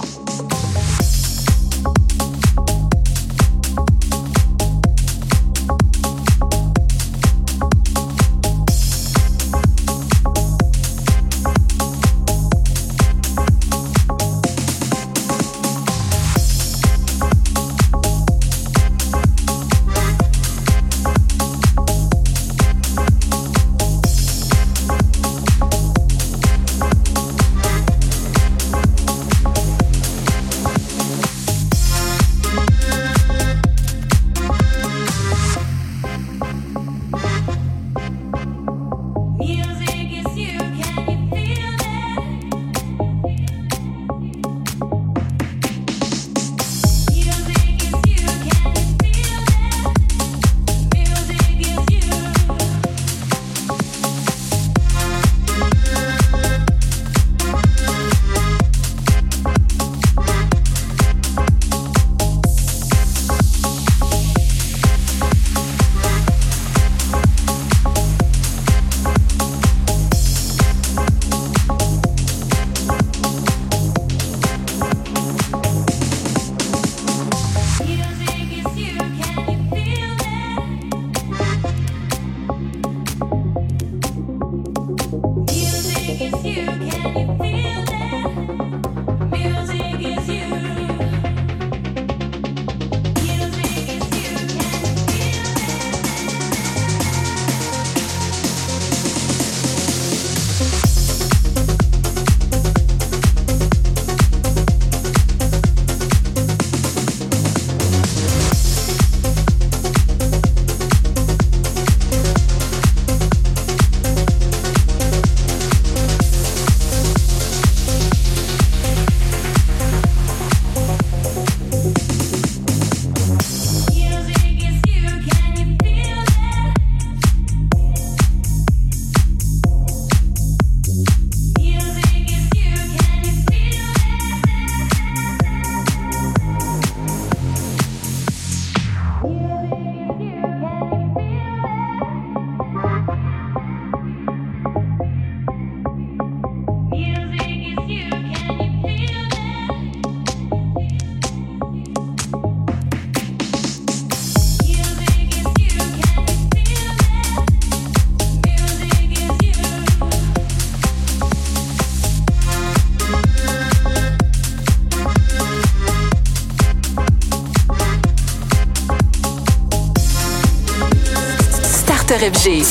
Starter FG.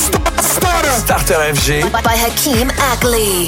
Starter FG. By Hakeem Ackley.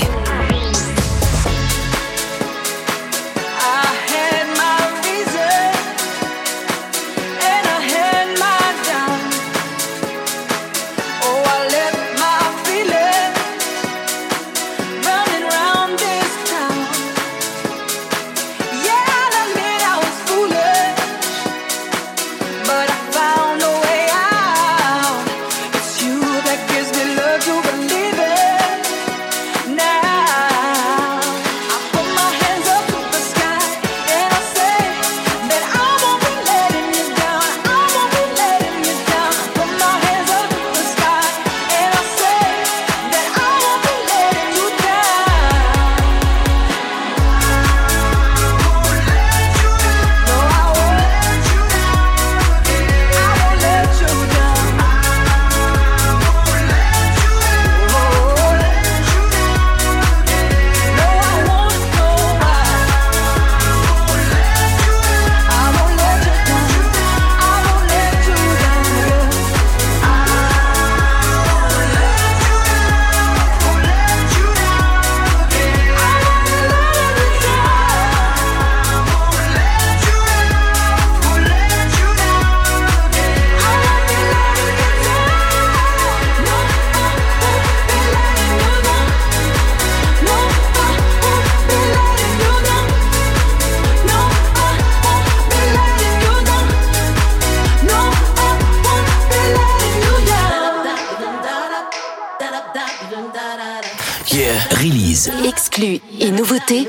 Release. Exclus et nouveautés.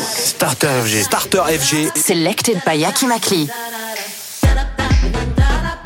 Starter FG. Starter FG. Selected by Hakeem Ackley.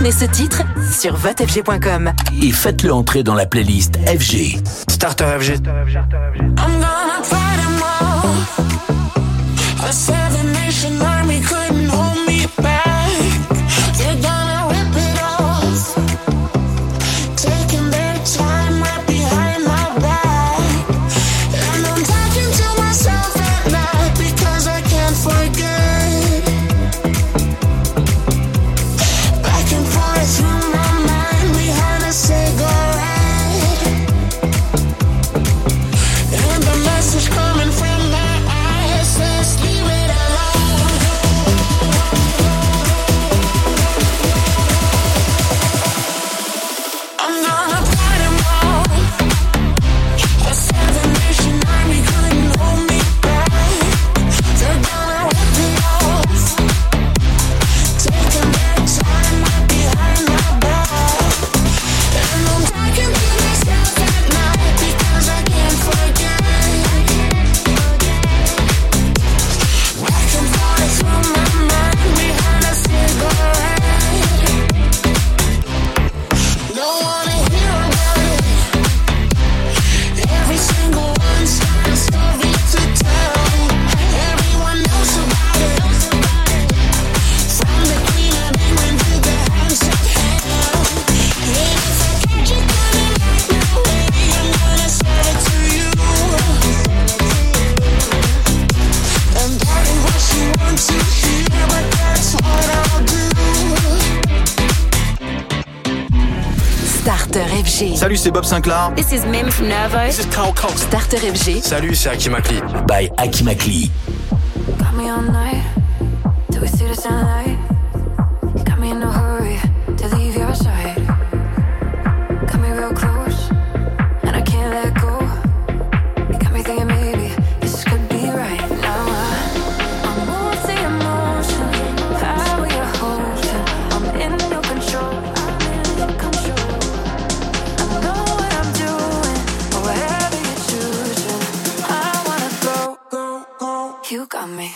Soutenez ce titre sur votefg.com. Et faites-le entrer dans la playlist FG. Starter FG. I'm gonna fight 'em all. A seven-nation army couldn't hold me back. They're gonna rip it off, taking their time right behind my back. And I'm talking to myself at night because I can't forget. Back and forth through my mind, we had a cigarette. And the message coming from my eyes says, leave it alone. I'm gonna fight 'em all. A seven-nation army couldn't hold me back. They're gonna rip it off, taking their time right behind my back. And I'm talking to myself at night because I can't forget. Back and forth through my mind, we had a cigarette. Don't wanna hear about it. Every single one's got a story to tell. Everyone knows about it. From the Queen of England to the house of hell. And if I catch you coming back my way, I'm gonna sell it to you. And that ain't what you want to hear, but that's what I'll do. Starter FG. Salut, c'est Bob Sinclair. This is Mim from Nervo. This is Carl Cox. Starter FG. Salut, c'est Hakim Akli. By Hakim Akli. Got me all night till we see the sunlight. Got me in no hurry to leave your side. Got me real close and I can't let go. You got me thinking maybe this could be right now. I'm moved to emotion, power your holding. I'm in your control. I'm in your control. I know what I'm doing, or whatever you're choosing. I wanna go, go, go. You got me.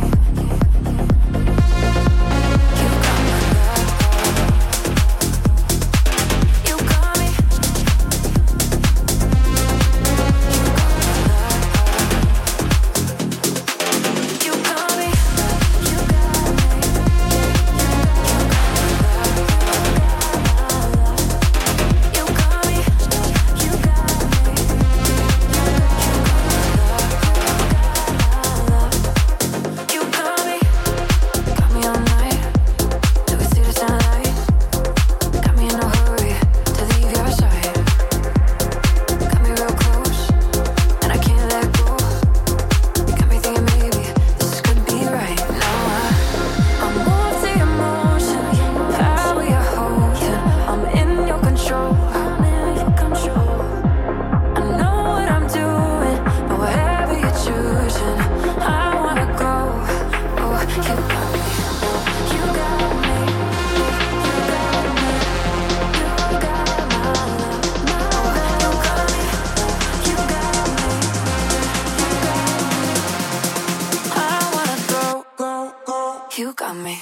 You got me.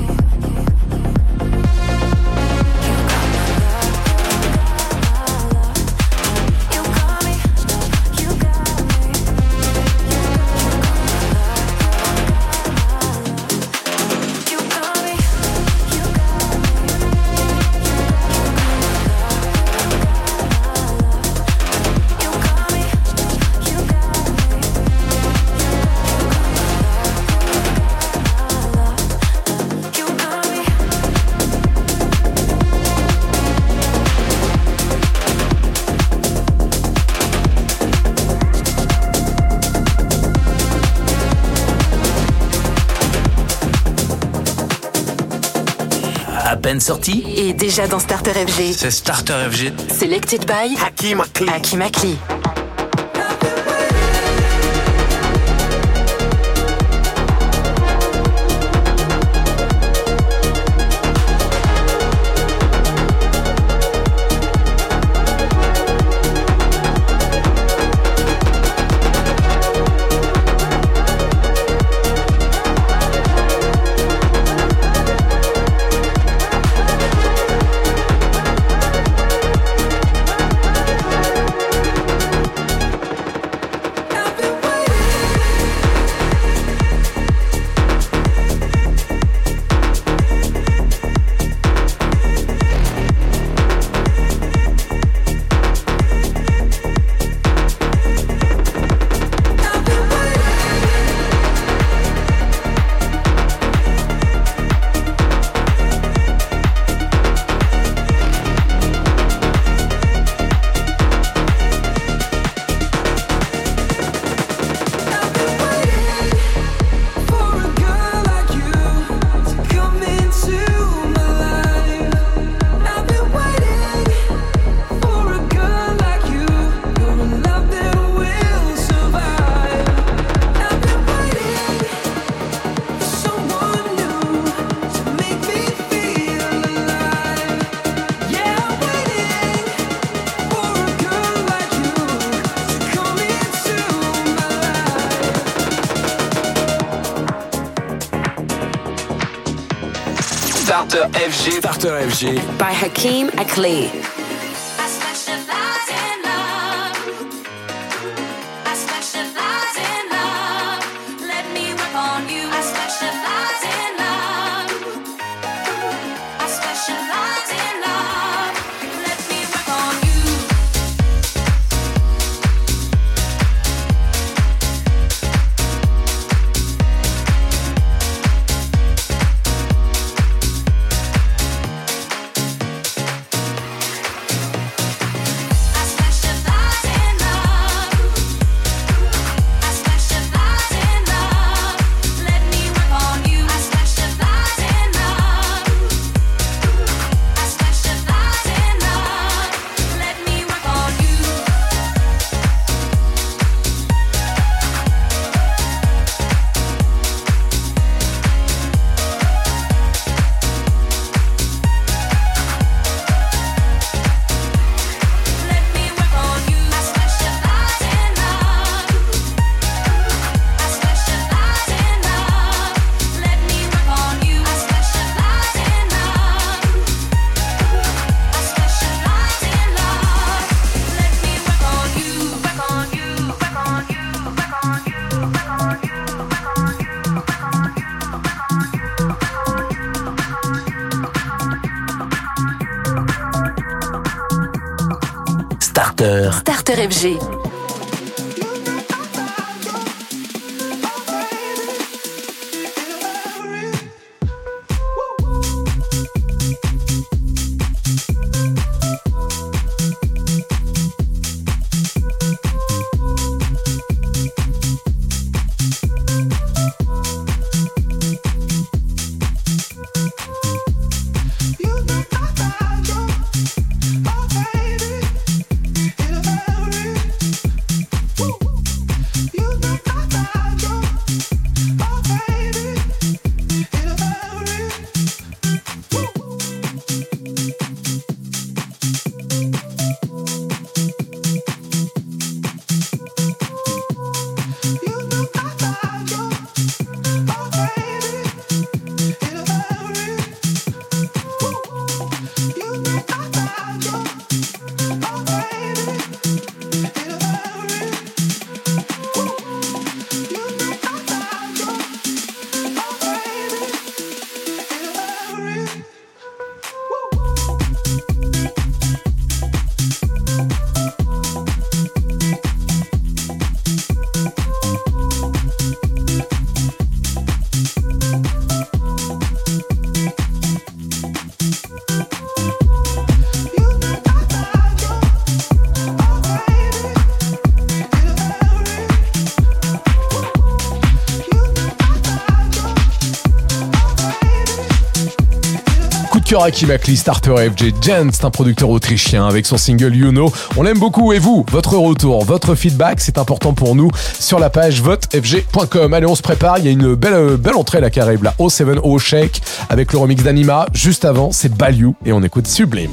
À peine sorti Et déjà dans Starter FG. C'est Starter FG. Selected by Hakim Akli. Hakim Akli. Starter FG. Starter FG. By Hakeem Akli. I specialize in love. I specialize in love. Let me work on you. I specialize in love. I specialize in love. Let me work on you. Starter FG. cœur Hakeem Akli, Starter FG. Jens, c'est un producteur autrichien avec son single You Know. On l'aime beaucoup et vous, votre retour, votre feedback, c'est important pour nous sur la page votefg.com. Allez, on se prépare, il y a une belle entrée là qui arrive là, O7O Shake avec le remix d'Anima. Juste avant, c'est Baliou et on écoute Sublime.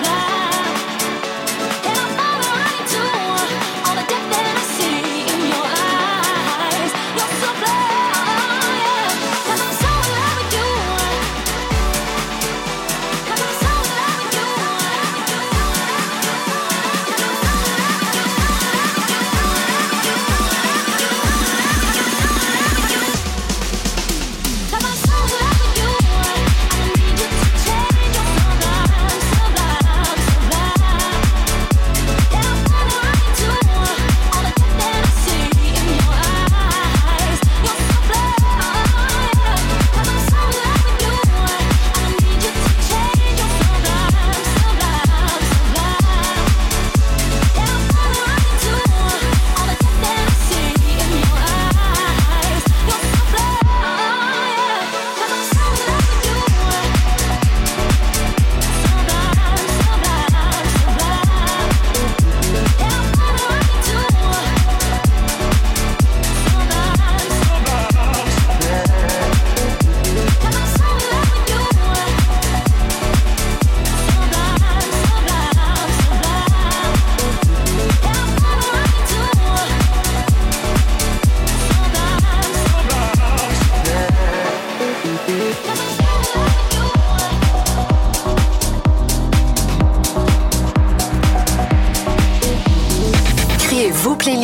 Your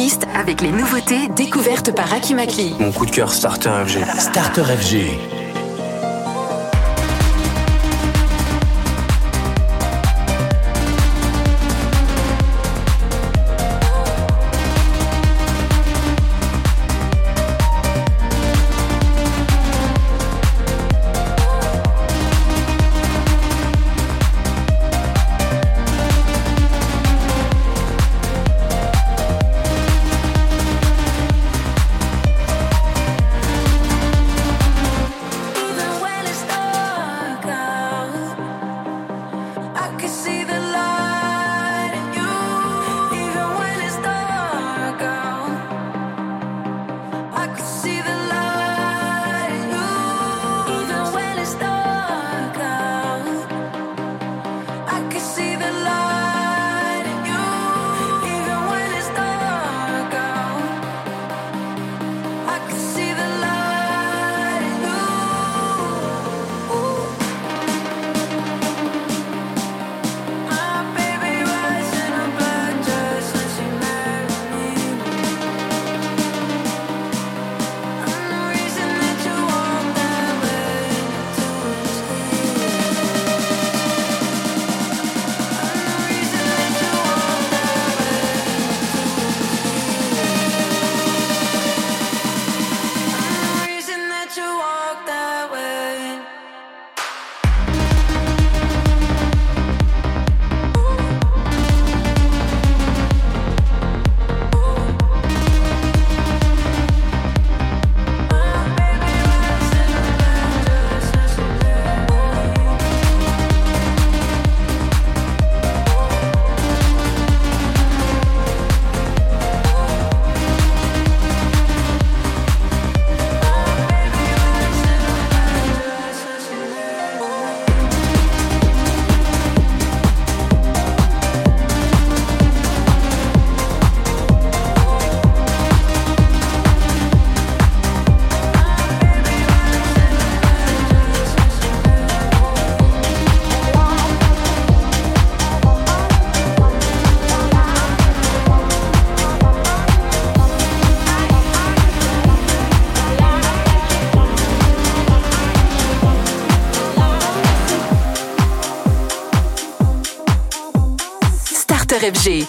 playlist avec les nouveautés découvertes par Hakim Akli. Mon coup de cœur, Starter FG. Starter FG. FG.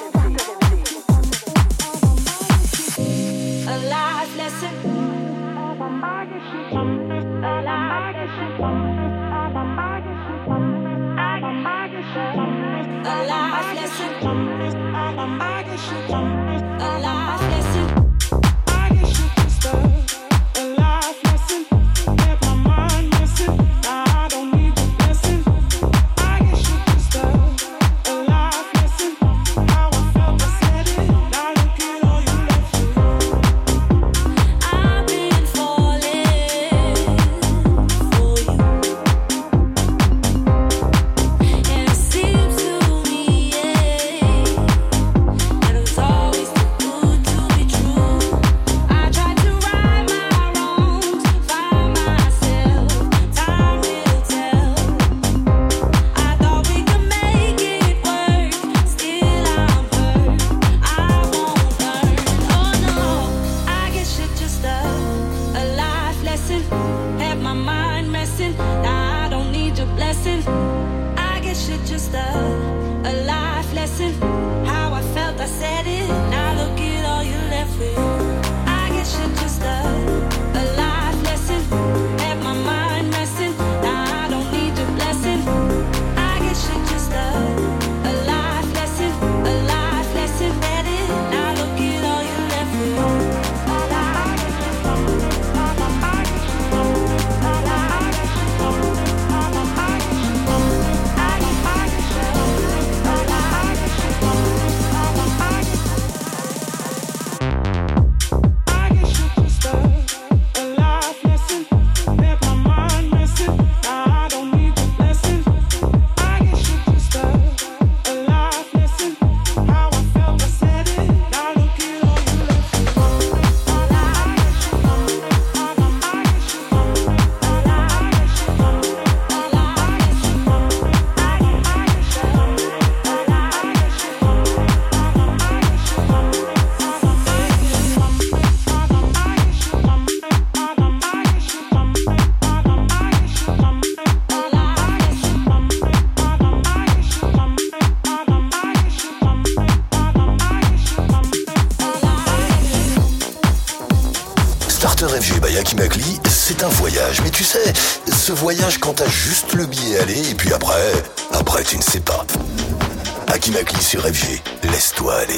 un voyage. Mais tu sais, ce voyage quand t'as juste le billet aller et puis après tu ne sais pas. Hakim Akli sur FG, laisse-toi aller.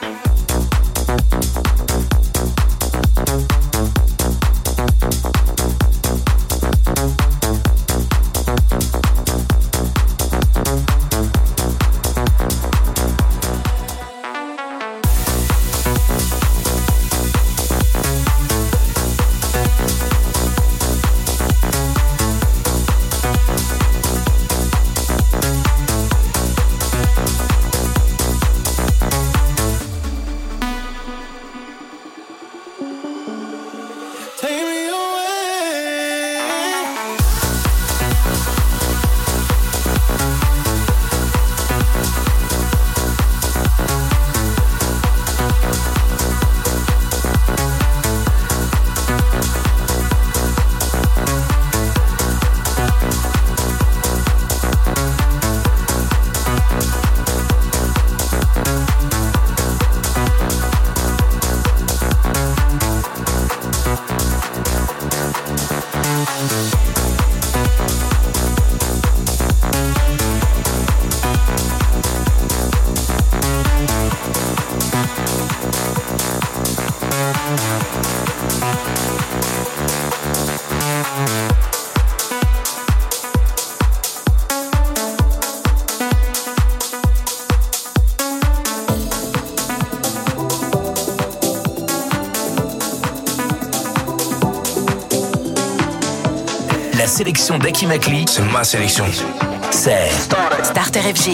La sélection d'Hakim Akli, c'est ma sélection. C'est Starter FG.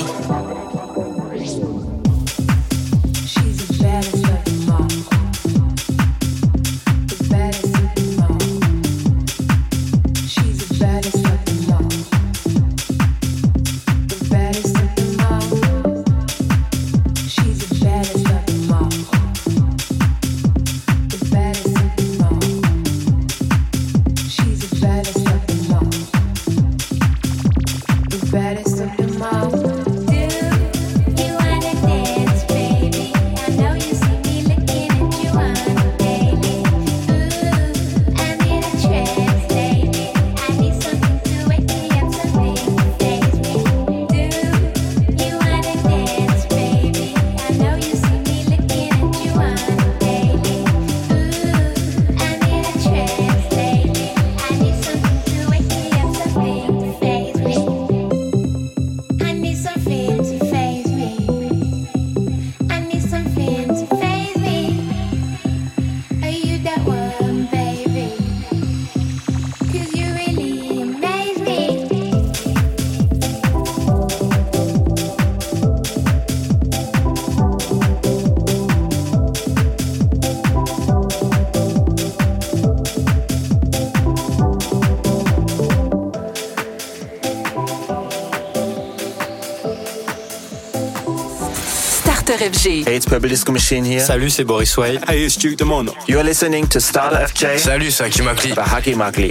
FG. Hey, it's Purple Disco Machine here. Salut, c'est Boris Way. Hey, it's Duke Demono. You are listening to Starter FJ. Salut, c'est Hakim Akli. By Hakim Akli.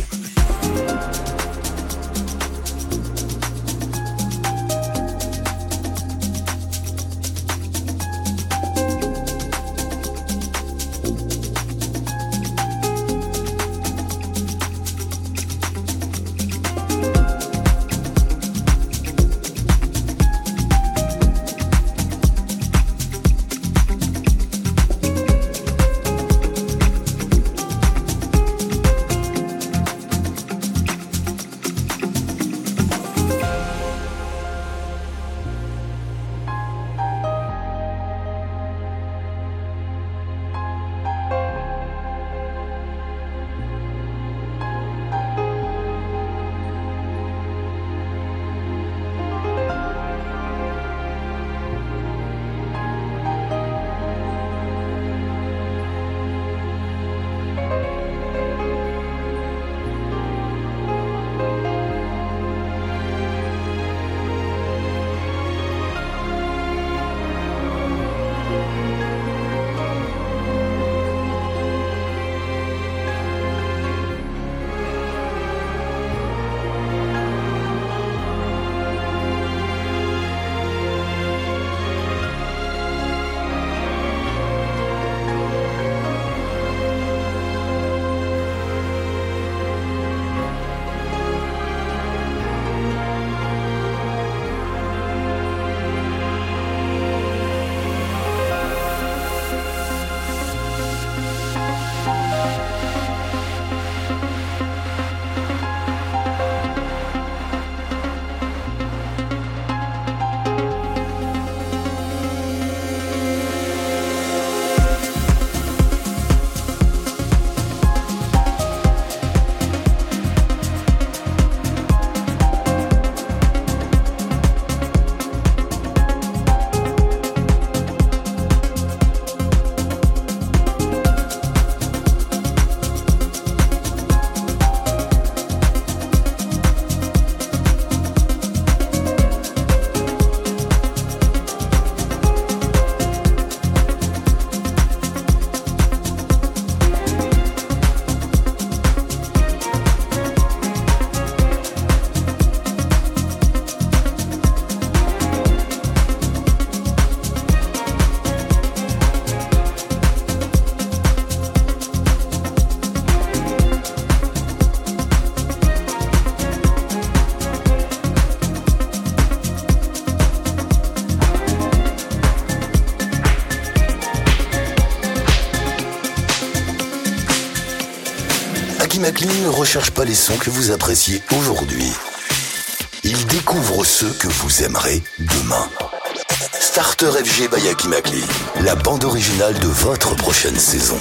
Makli ne recherche pas les sons que vous appréciez aujourd'hui. Il découvre ceux que vous aimerez demain. Starter FG by Aki Makli, la bande originale de votre prochaine saison.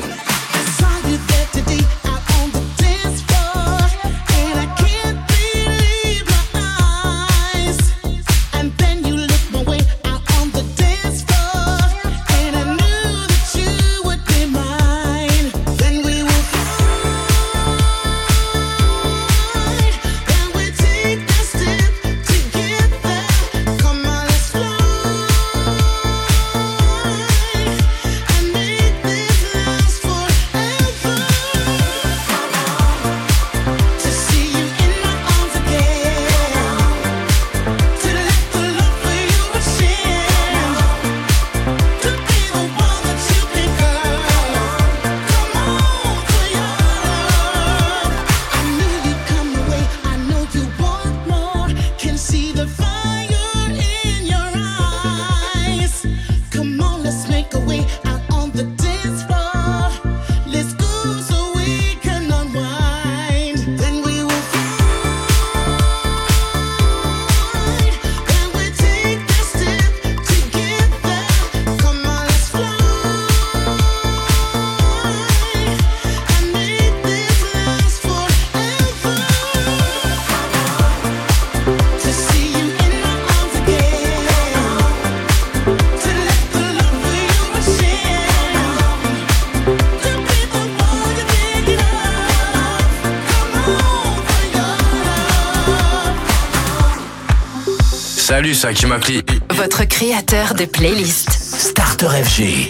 Salut, c'est Aki Makli. Votre créateur de playlist. Starter FG.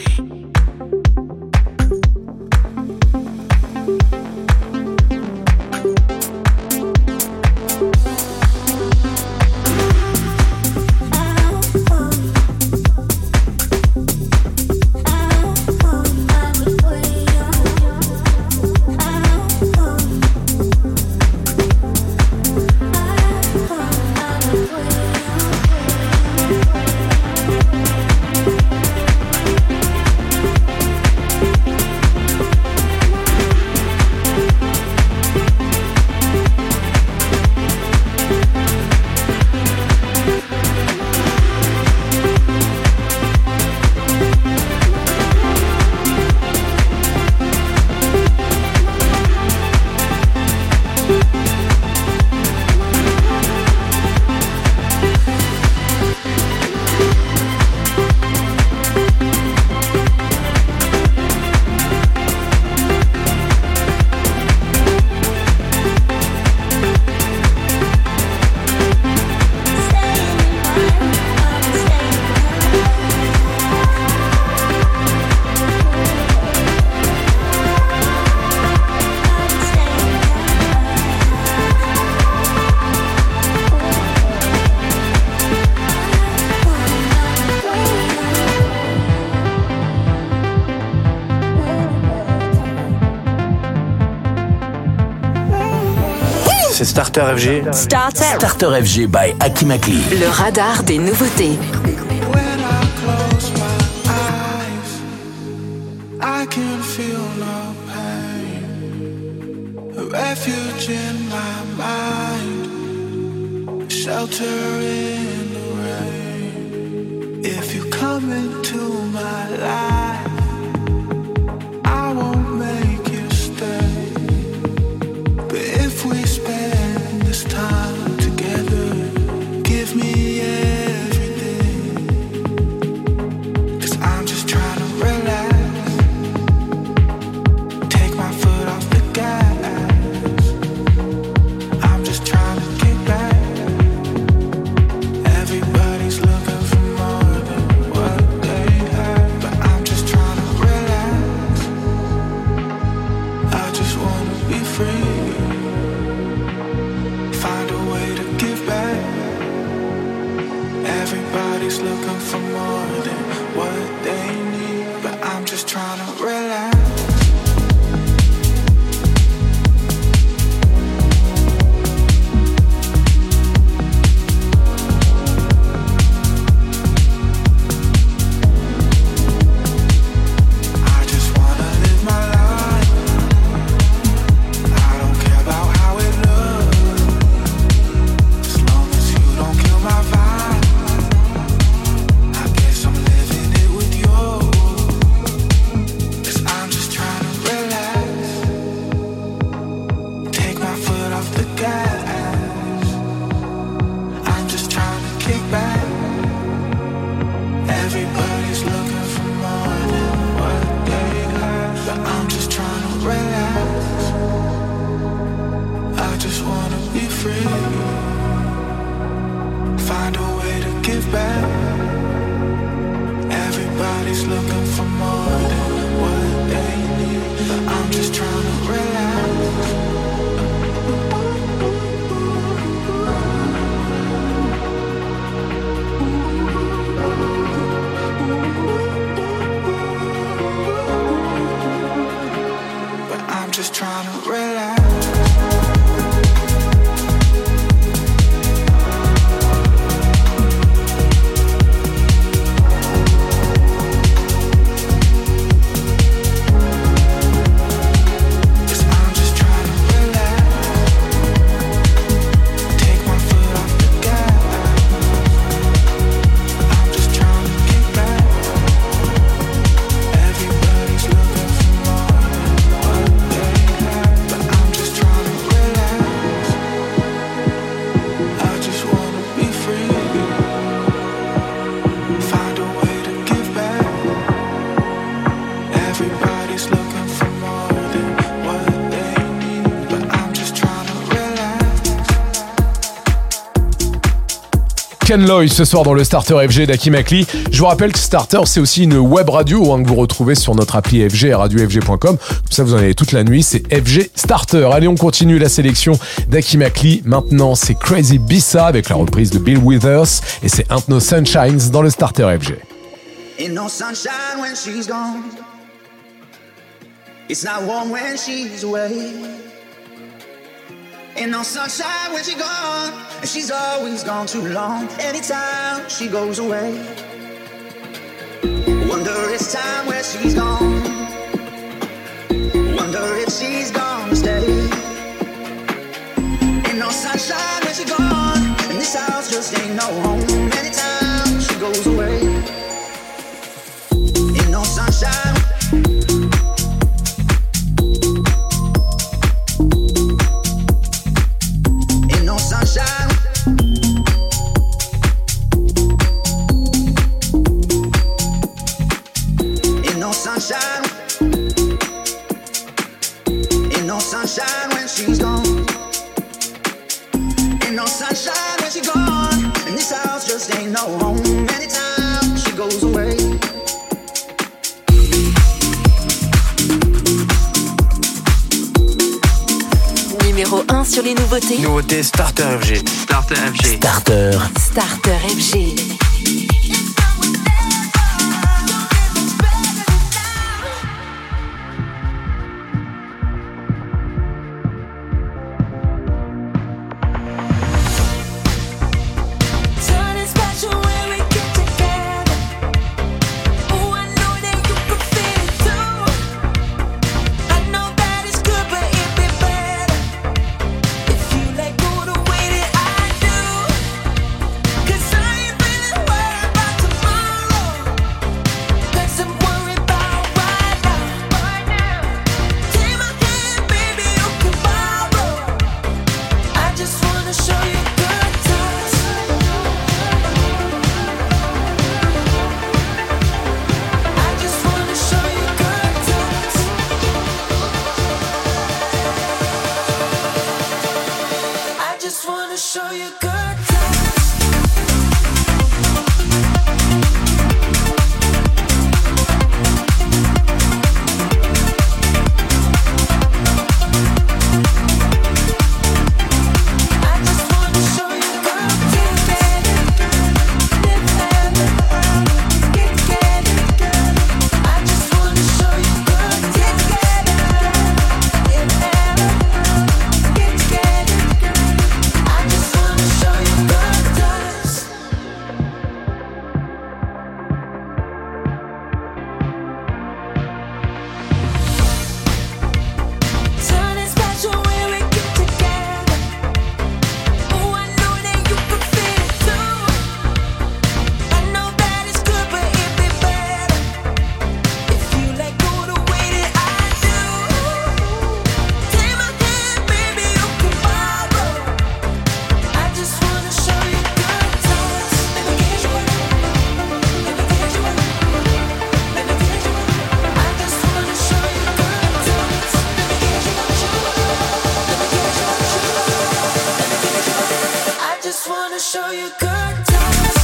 C'est Starter FG. Starter FG by Aki Makli. Le radar des nouveautés. I can feel no pain. A refuge in my mind. Shelter in the rain. If you come into my life, I won't make you stay. But if we spend this time together, give me everything. 'Cause I'm just trying to relax. Everybody's looking for more than what they need, but I'm just trying to relax. I just wanna live my life. I don't care free. Find a way to give back. Everybody's looking for more than what they need. I'm just trying to relax. But I'm just trying to relax. Ken Loy ce soir dans le Starter FG d'Hakim Akli. Je vous rappelle que Starter, c'est aussi une web radio que vous retrouvez sur notre appli FG et radiofg.com. Comme ça, vous en avez toute la nuit. C'est FG Starter. Allez, on continue la sélection d'Hakim Akli. Maintenant, c'est Crazy Bissa avec la reprise de Bill Withers et c'est Ain't No Sunshines dans le Starter FG. Ain't no sunshine when she's gone. It's not warm when she's away. Ain't no sunshine when she's gone, and she's always gone too long. Anytime she goes away, wonder it's time where she's gone. Wonder if she's gonna stay. Ain't no sunshine when she's gone, and this house just ain't no home. Anytime she goes away, ain't no sunshine. Sunshine when she's gone. Ain't no sunshine when she's gone. And this house just ain't no home. Anytime she goes away. Numéro 1 sur les nouveautés. Nouveauté Starter FG. Starter FG. Starter FG. Good show you good times.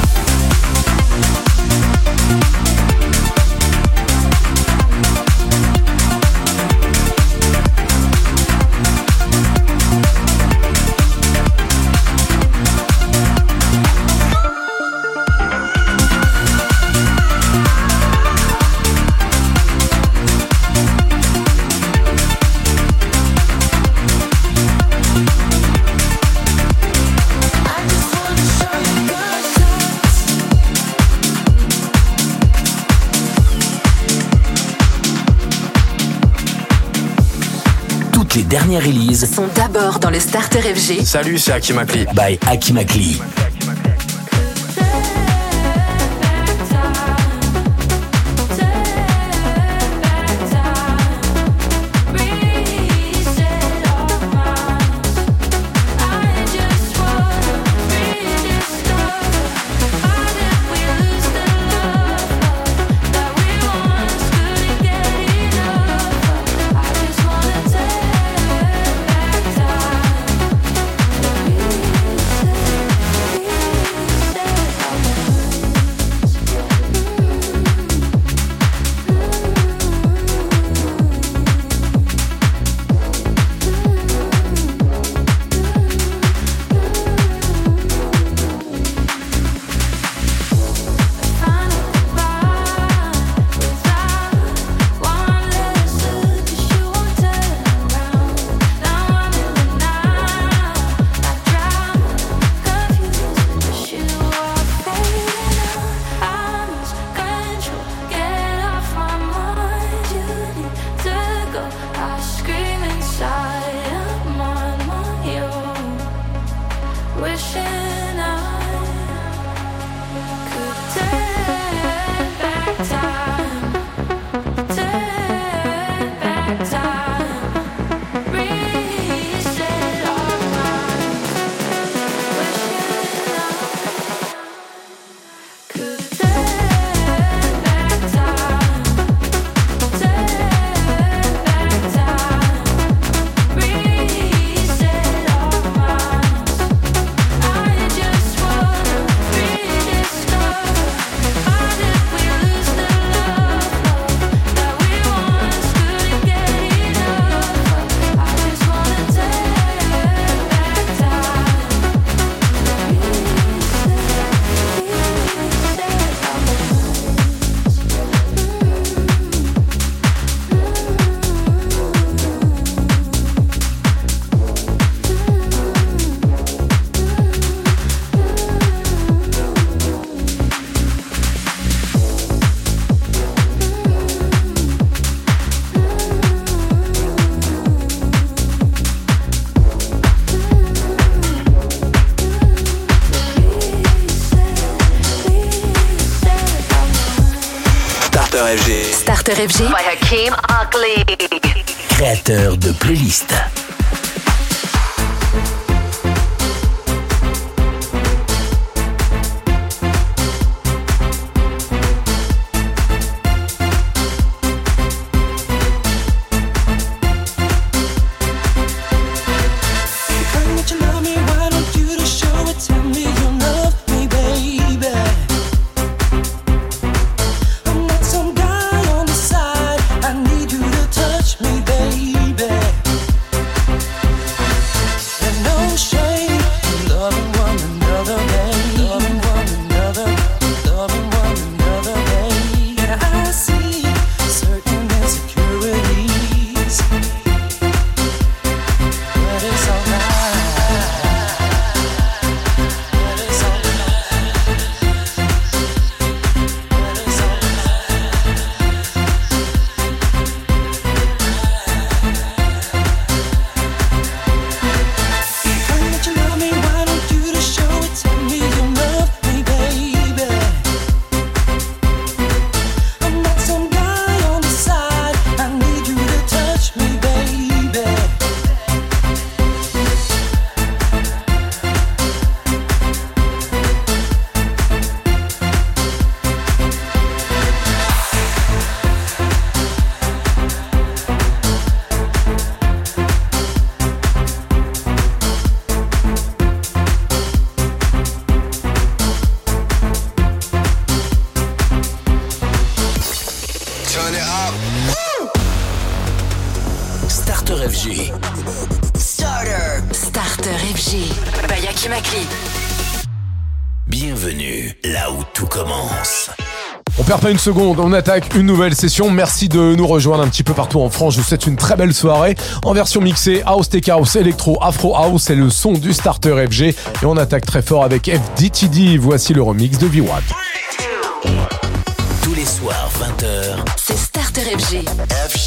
Les dernières releases sont d'abord dans le Starter FG. Salut, c'est Hakim Akli. By Hakim Akli. Starter FG by Hakim Akli, créateur de playlist. Touch me, baby. by Hakim Akli. Bienvenue là où tout commence. On perd pas une seconde, on attaque une nouvelle session. Merci de nous rejoindre un petit peu partout en France. Je vous souhaite une très belle soirée en version mixée House, Tech House, Electro, Afro House. C'est le son du Starter FG et on attaque très fort avec FDTD. Voici le remix de V-Watt. Tous les soirs 20h, c'est Starter FG. FG.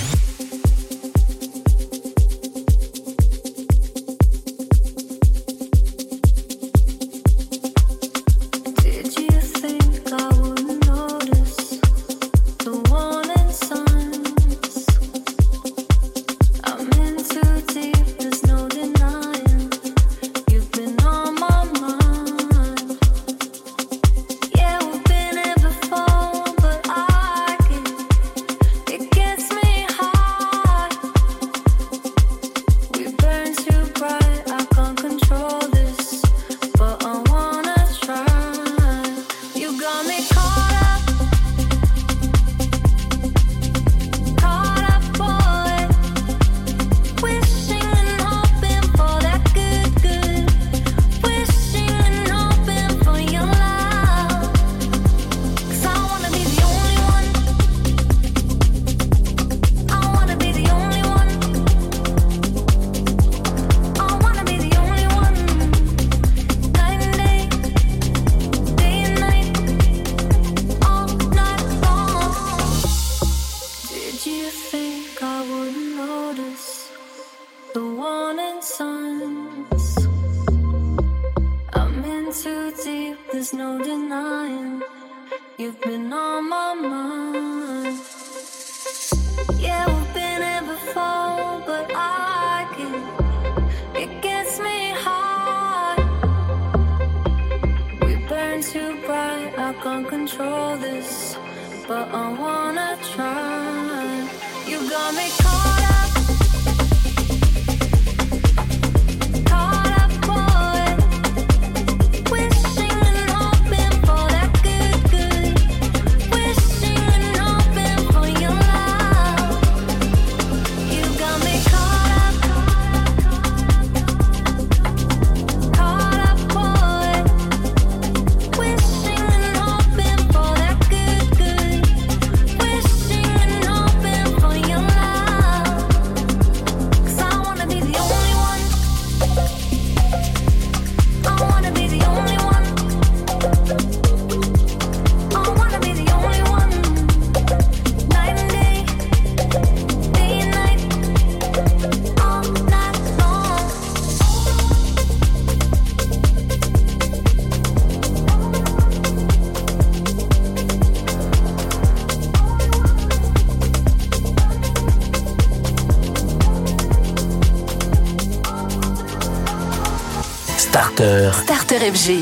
Starter FG.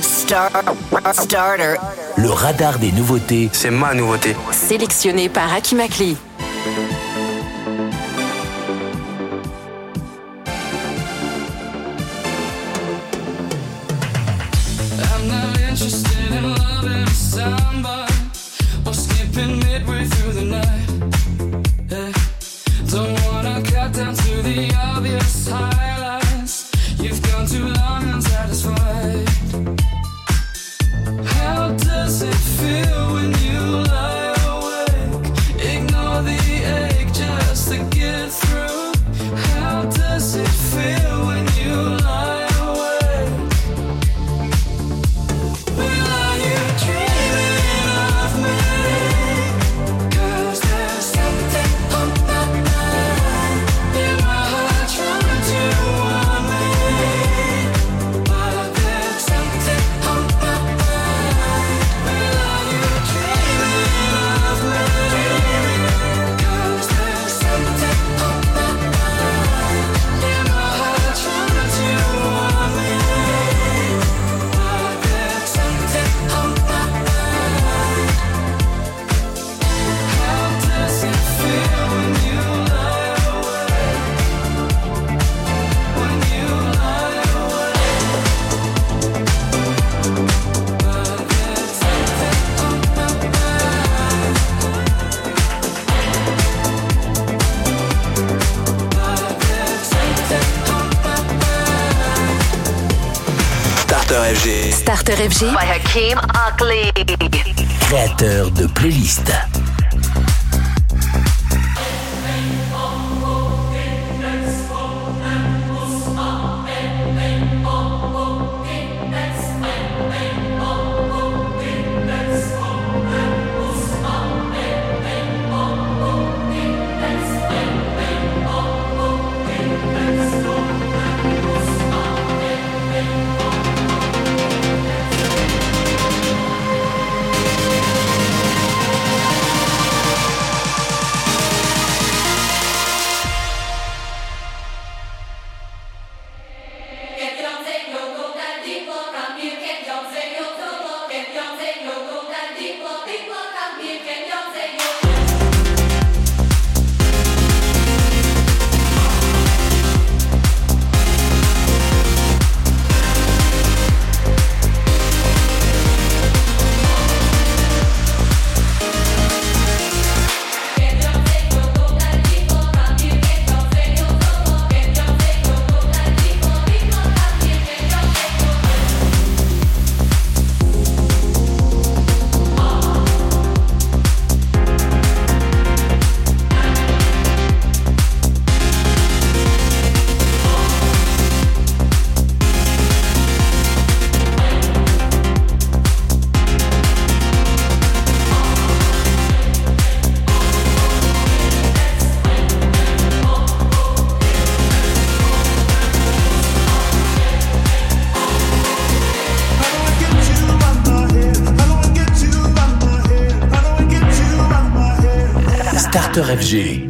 Starter. Le radar des nouveautés. C'est ma nouveauté. Sélectionné par Hakim Akli. I'm not interested in loving somebody or skipping midway through the night. Yeah. Don't wanna cut down to the obvious highlights. You've gone too long unsatisfied. How does it feel when you lie awake? Ignore the ache just to get through. How does it feel when you lie awake? Well, are you dreaming of me? 'Cause there's something on my mind. In my heart trying to warn me. Starter FG. Starter FG by Hakim Akli. Créateur de playlist. Starter FG.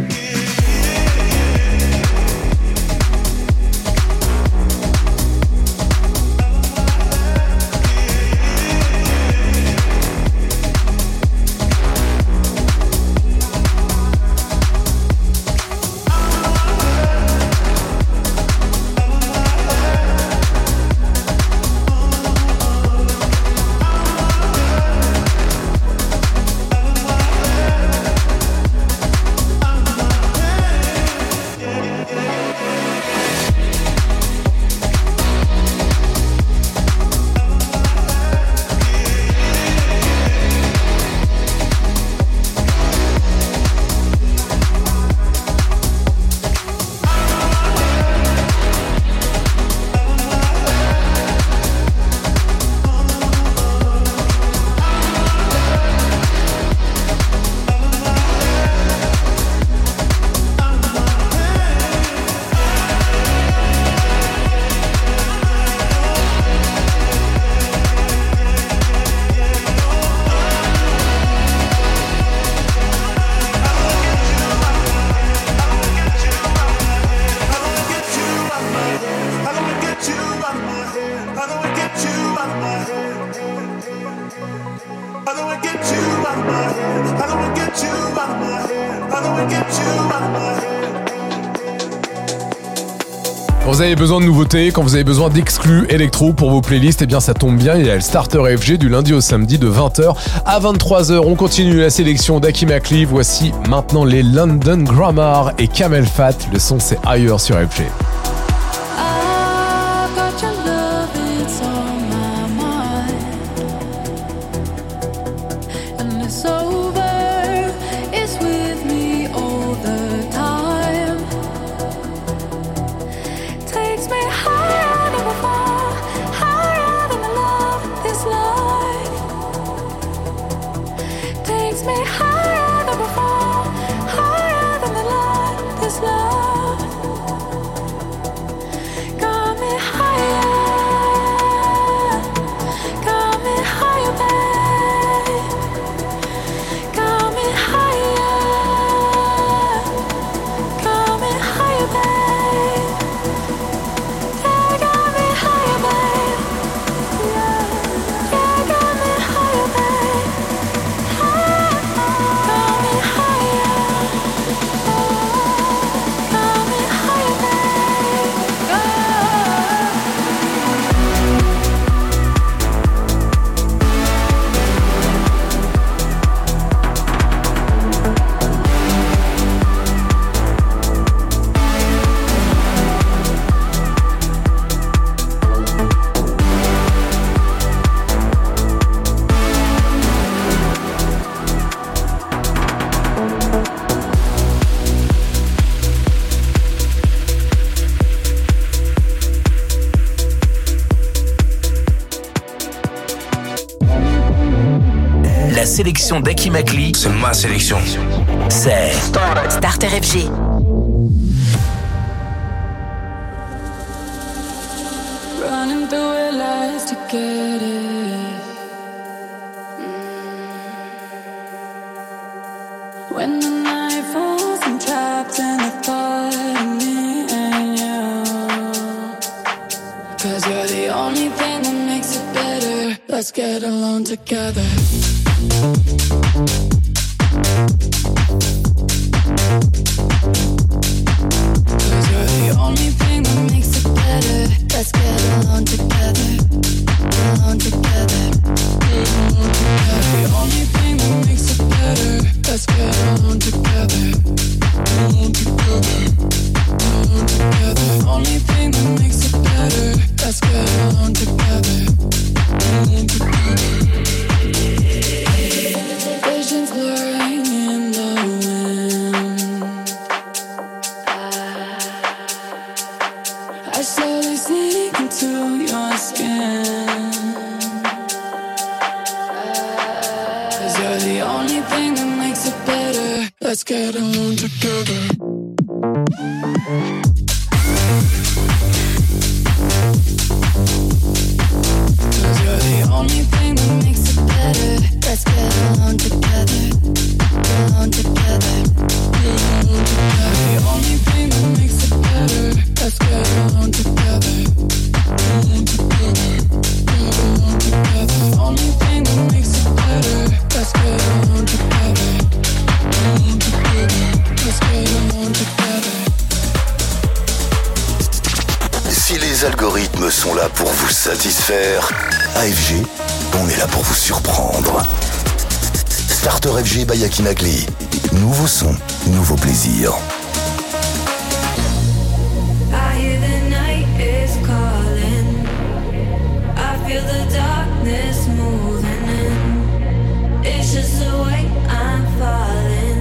Quand vous avez besoin de nouveautés, quand vous avez besoin d'exclus électro pour vos playlists, eh bien ça tombe bien, il y a le Starter FG du lundi au samedi de 20h à 23h. On continue la sélection d'Hakim Akli. Voici maintenant les London Grammar et Camel Fat. Le son c'est ailleurs sur FG. Got me higher. La sélection d'Hakim Akli, c'est ma sélection. C'est Starter FG. Running through our lives to get it. When the night falls, I'm trapped in the thought of me and you. 'Cause you're the only thing that makes it better. Let's get along together. Cause you're the only thing that makes it better. Let's get along together. Along together. The only thing that makes it better. Let's get along together. Along together. Along together. The only thing that makes it better. Let's get along together. Along together. Visions blurring in the wind. I slowly sink into your skin. 'Cause you're the only thing that makes it better. Let's get along together. Cause you're the only thing that makes it better. Let's get along together. Along together. The only thing that makes it better. Let's get along together. Along together. Along together. The only thing that makes it better. Let's get along together. Along together. Let's get along together. Si les algorithmes sont là pour vous satisfaire, AFG, on est là pour vous surprendre. Starter FG by Hakim Akli. Nouveau son, nouveau plaisir. I hear the night is calling. I feel the darkness moving in. It's just the way I'm falling.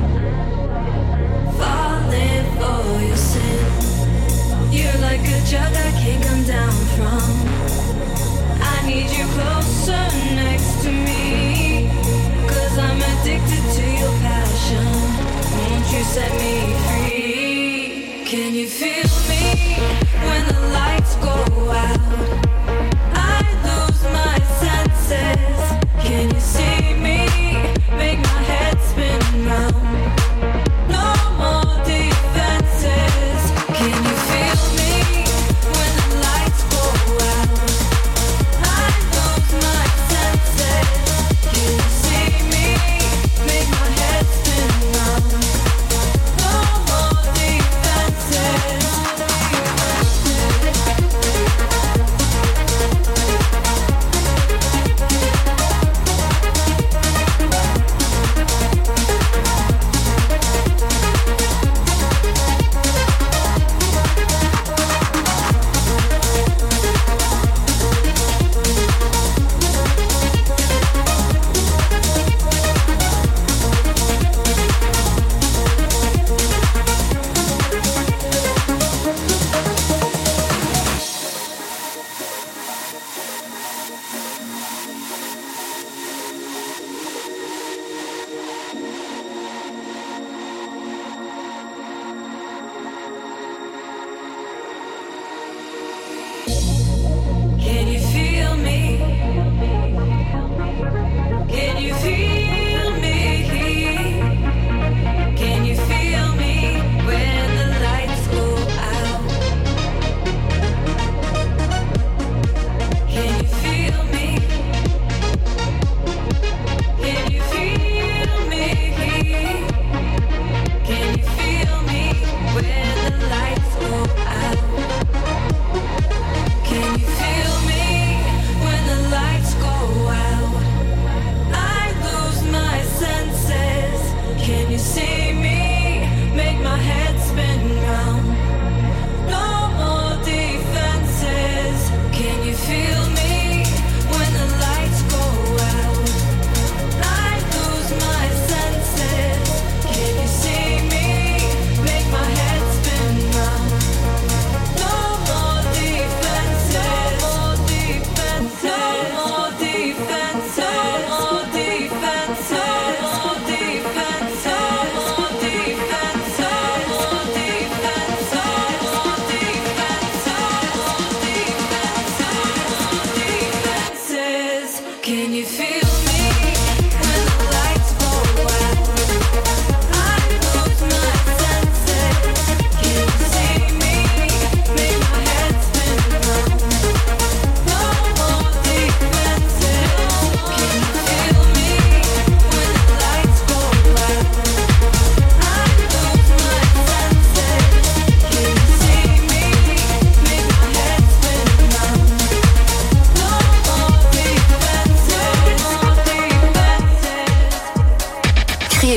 Falling for your sin. You're like a drug I can't come down from. I need you closer next to me. 'Cause I'm addicted to your passion. Won't you set me free? Can you feel me when the lights go out? I lose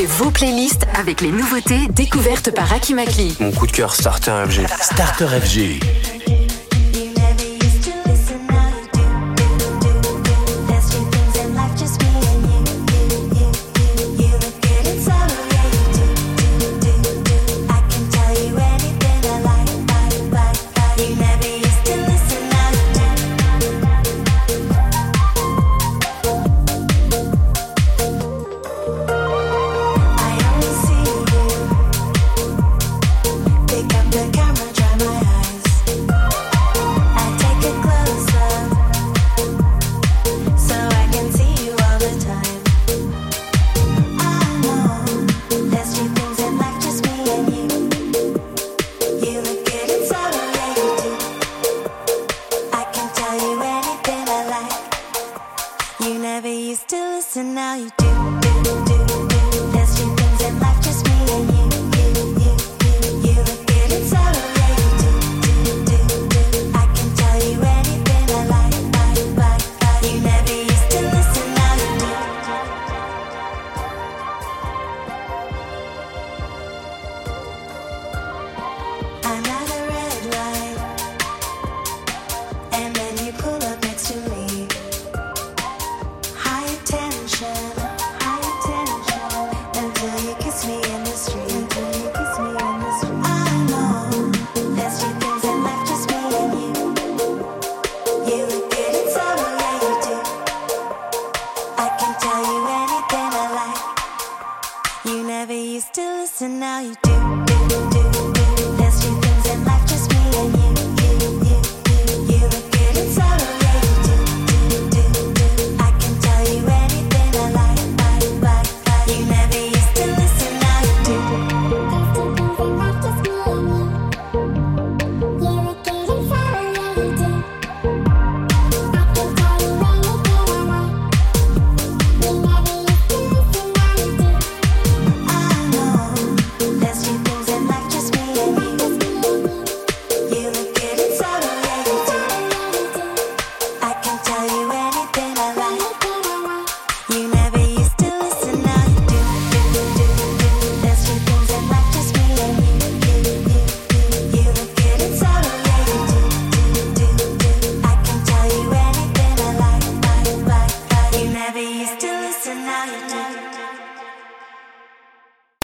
Écoutez vos playlists avec les nouveautés découvertes par Hakim Akli. Mon coup de cœur Starter FG. Starter FG. You never used to listen, now you do.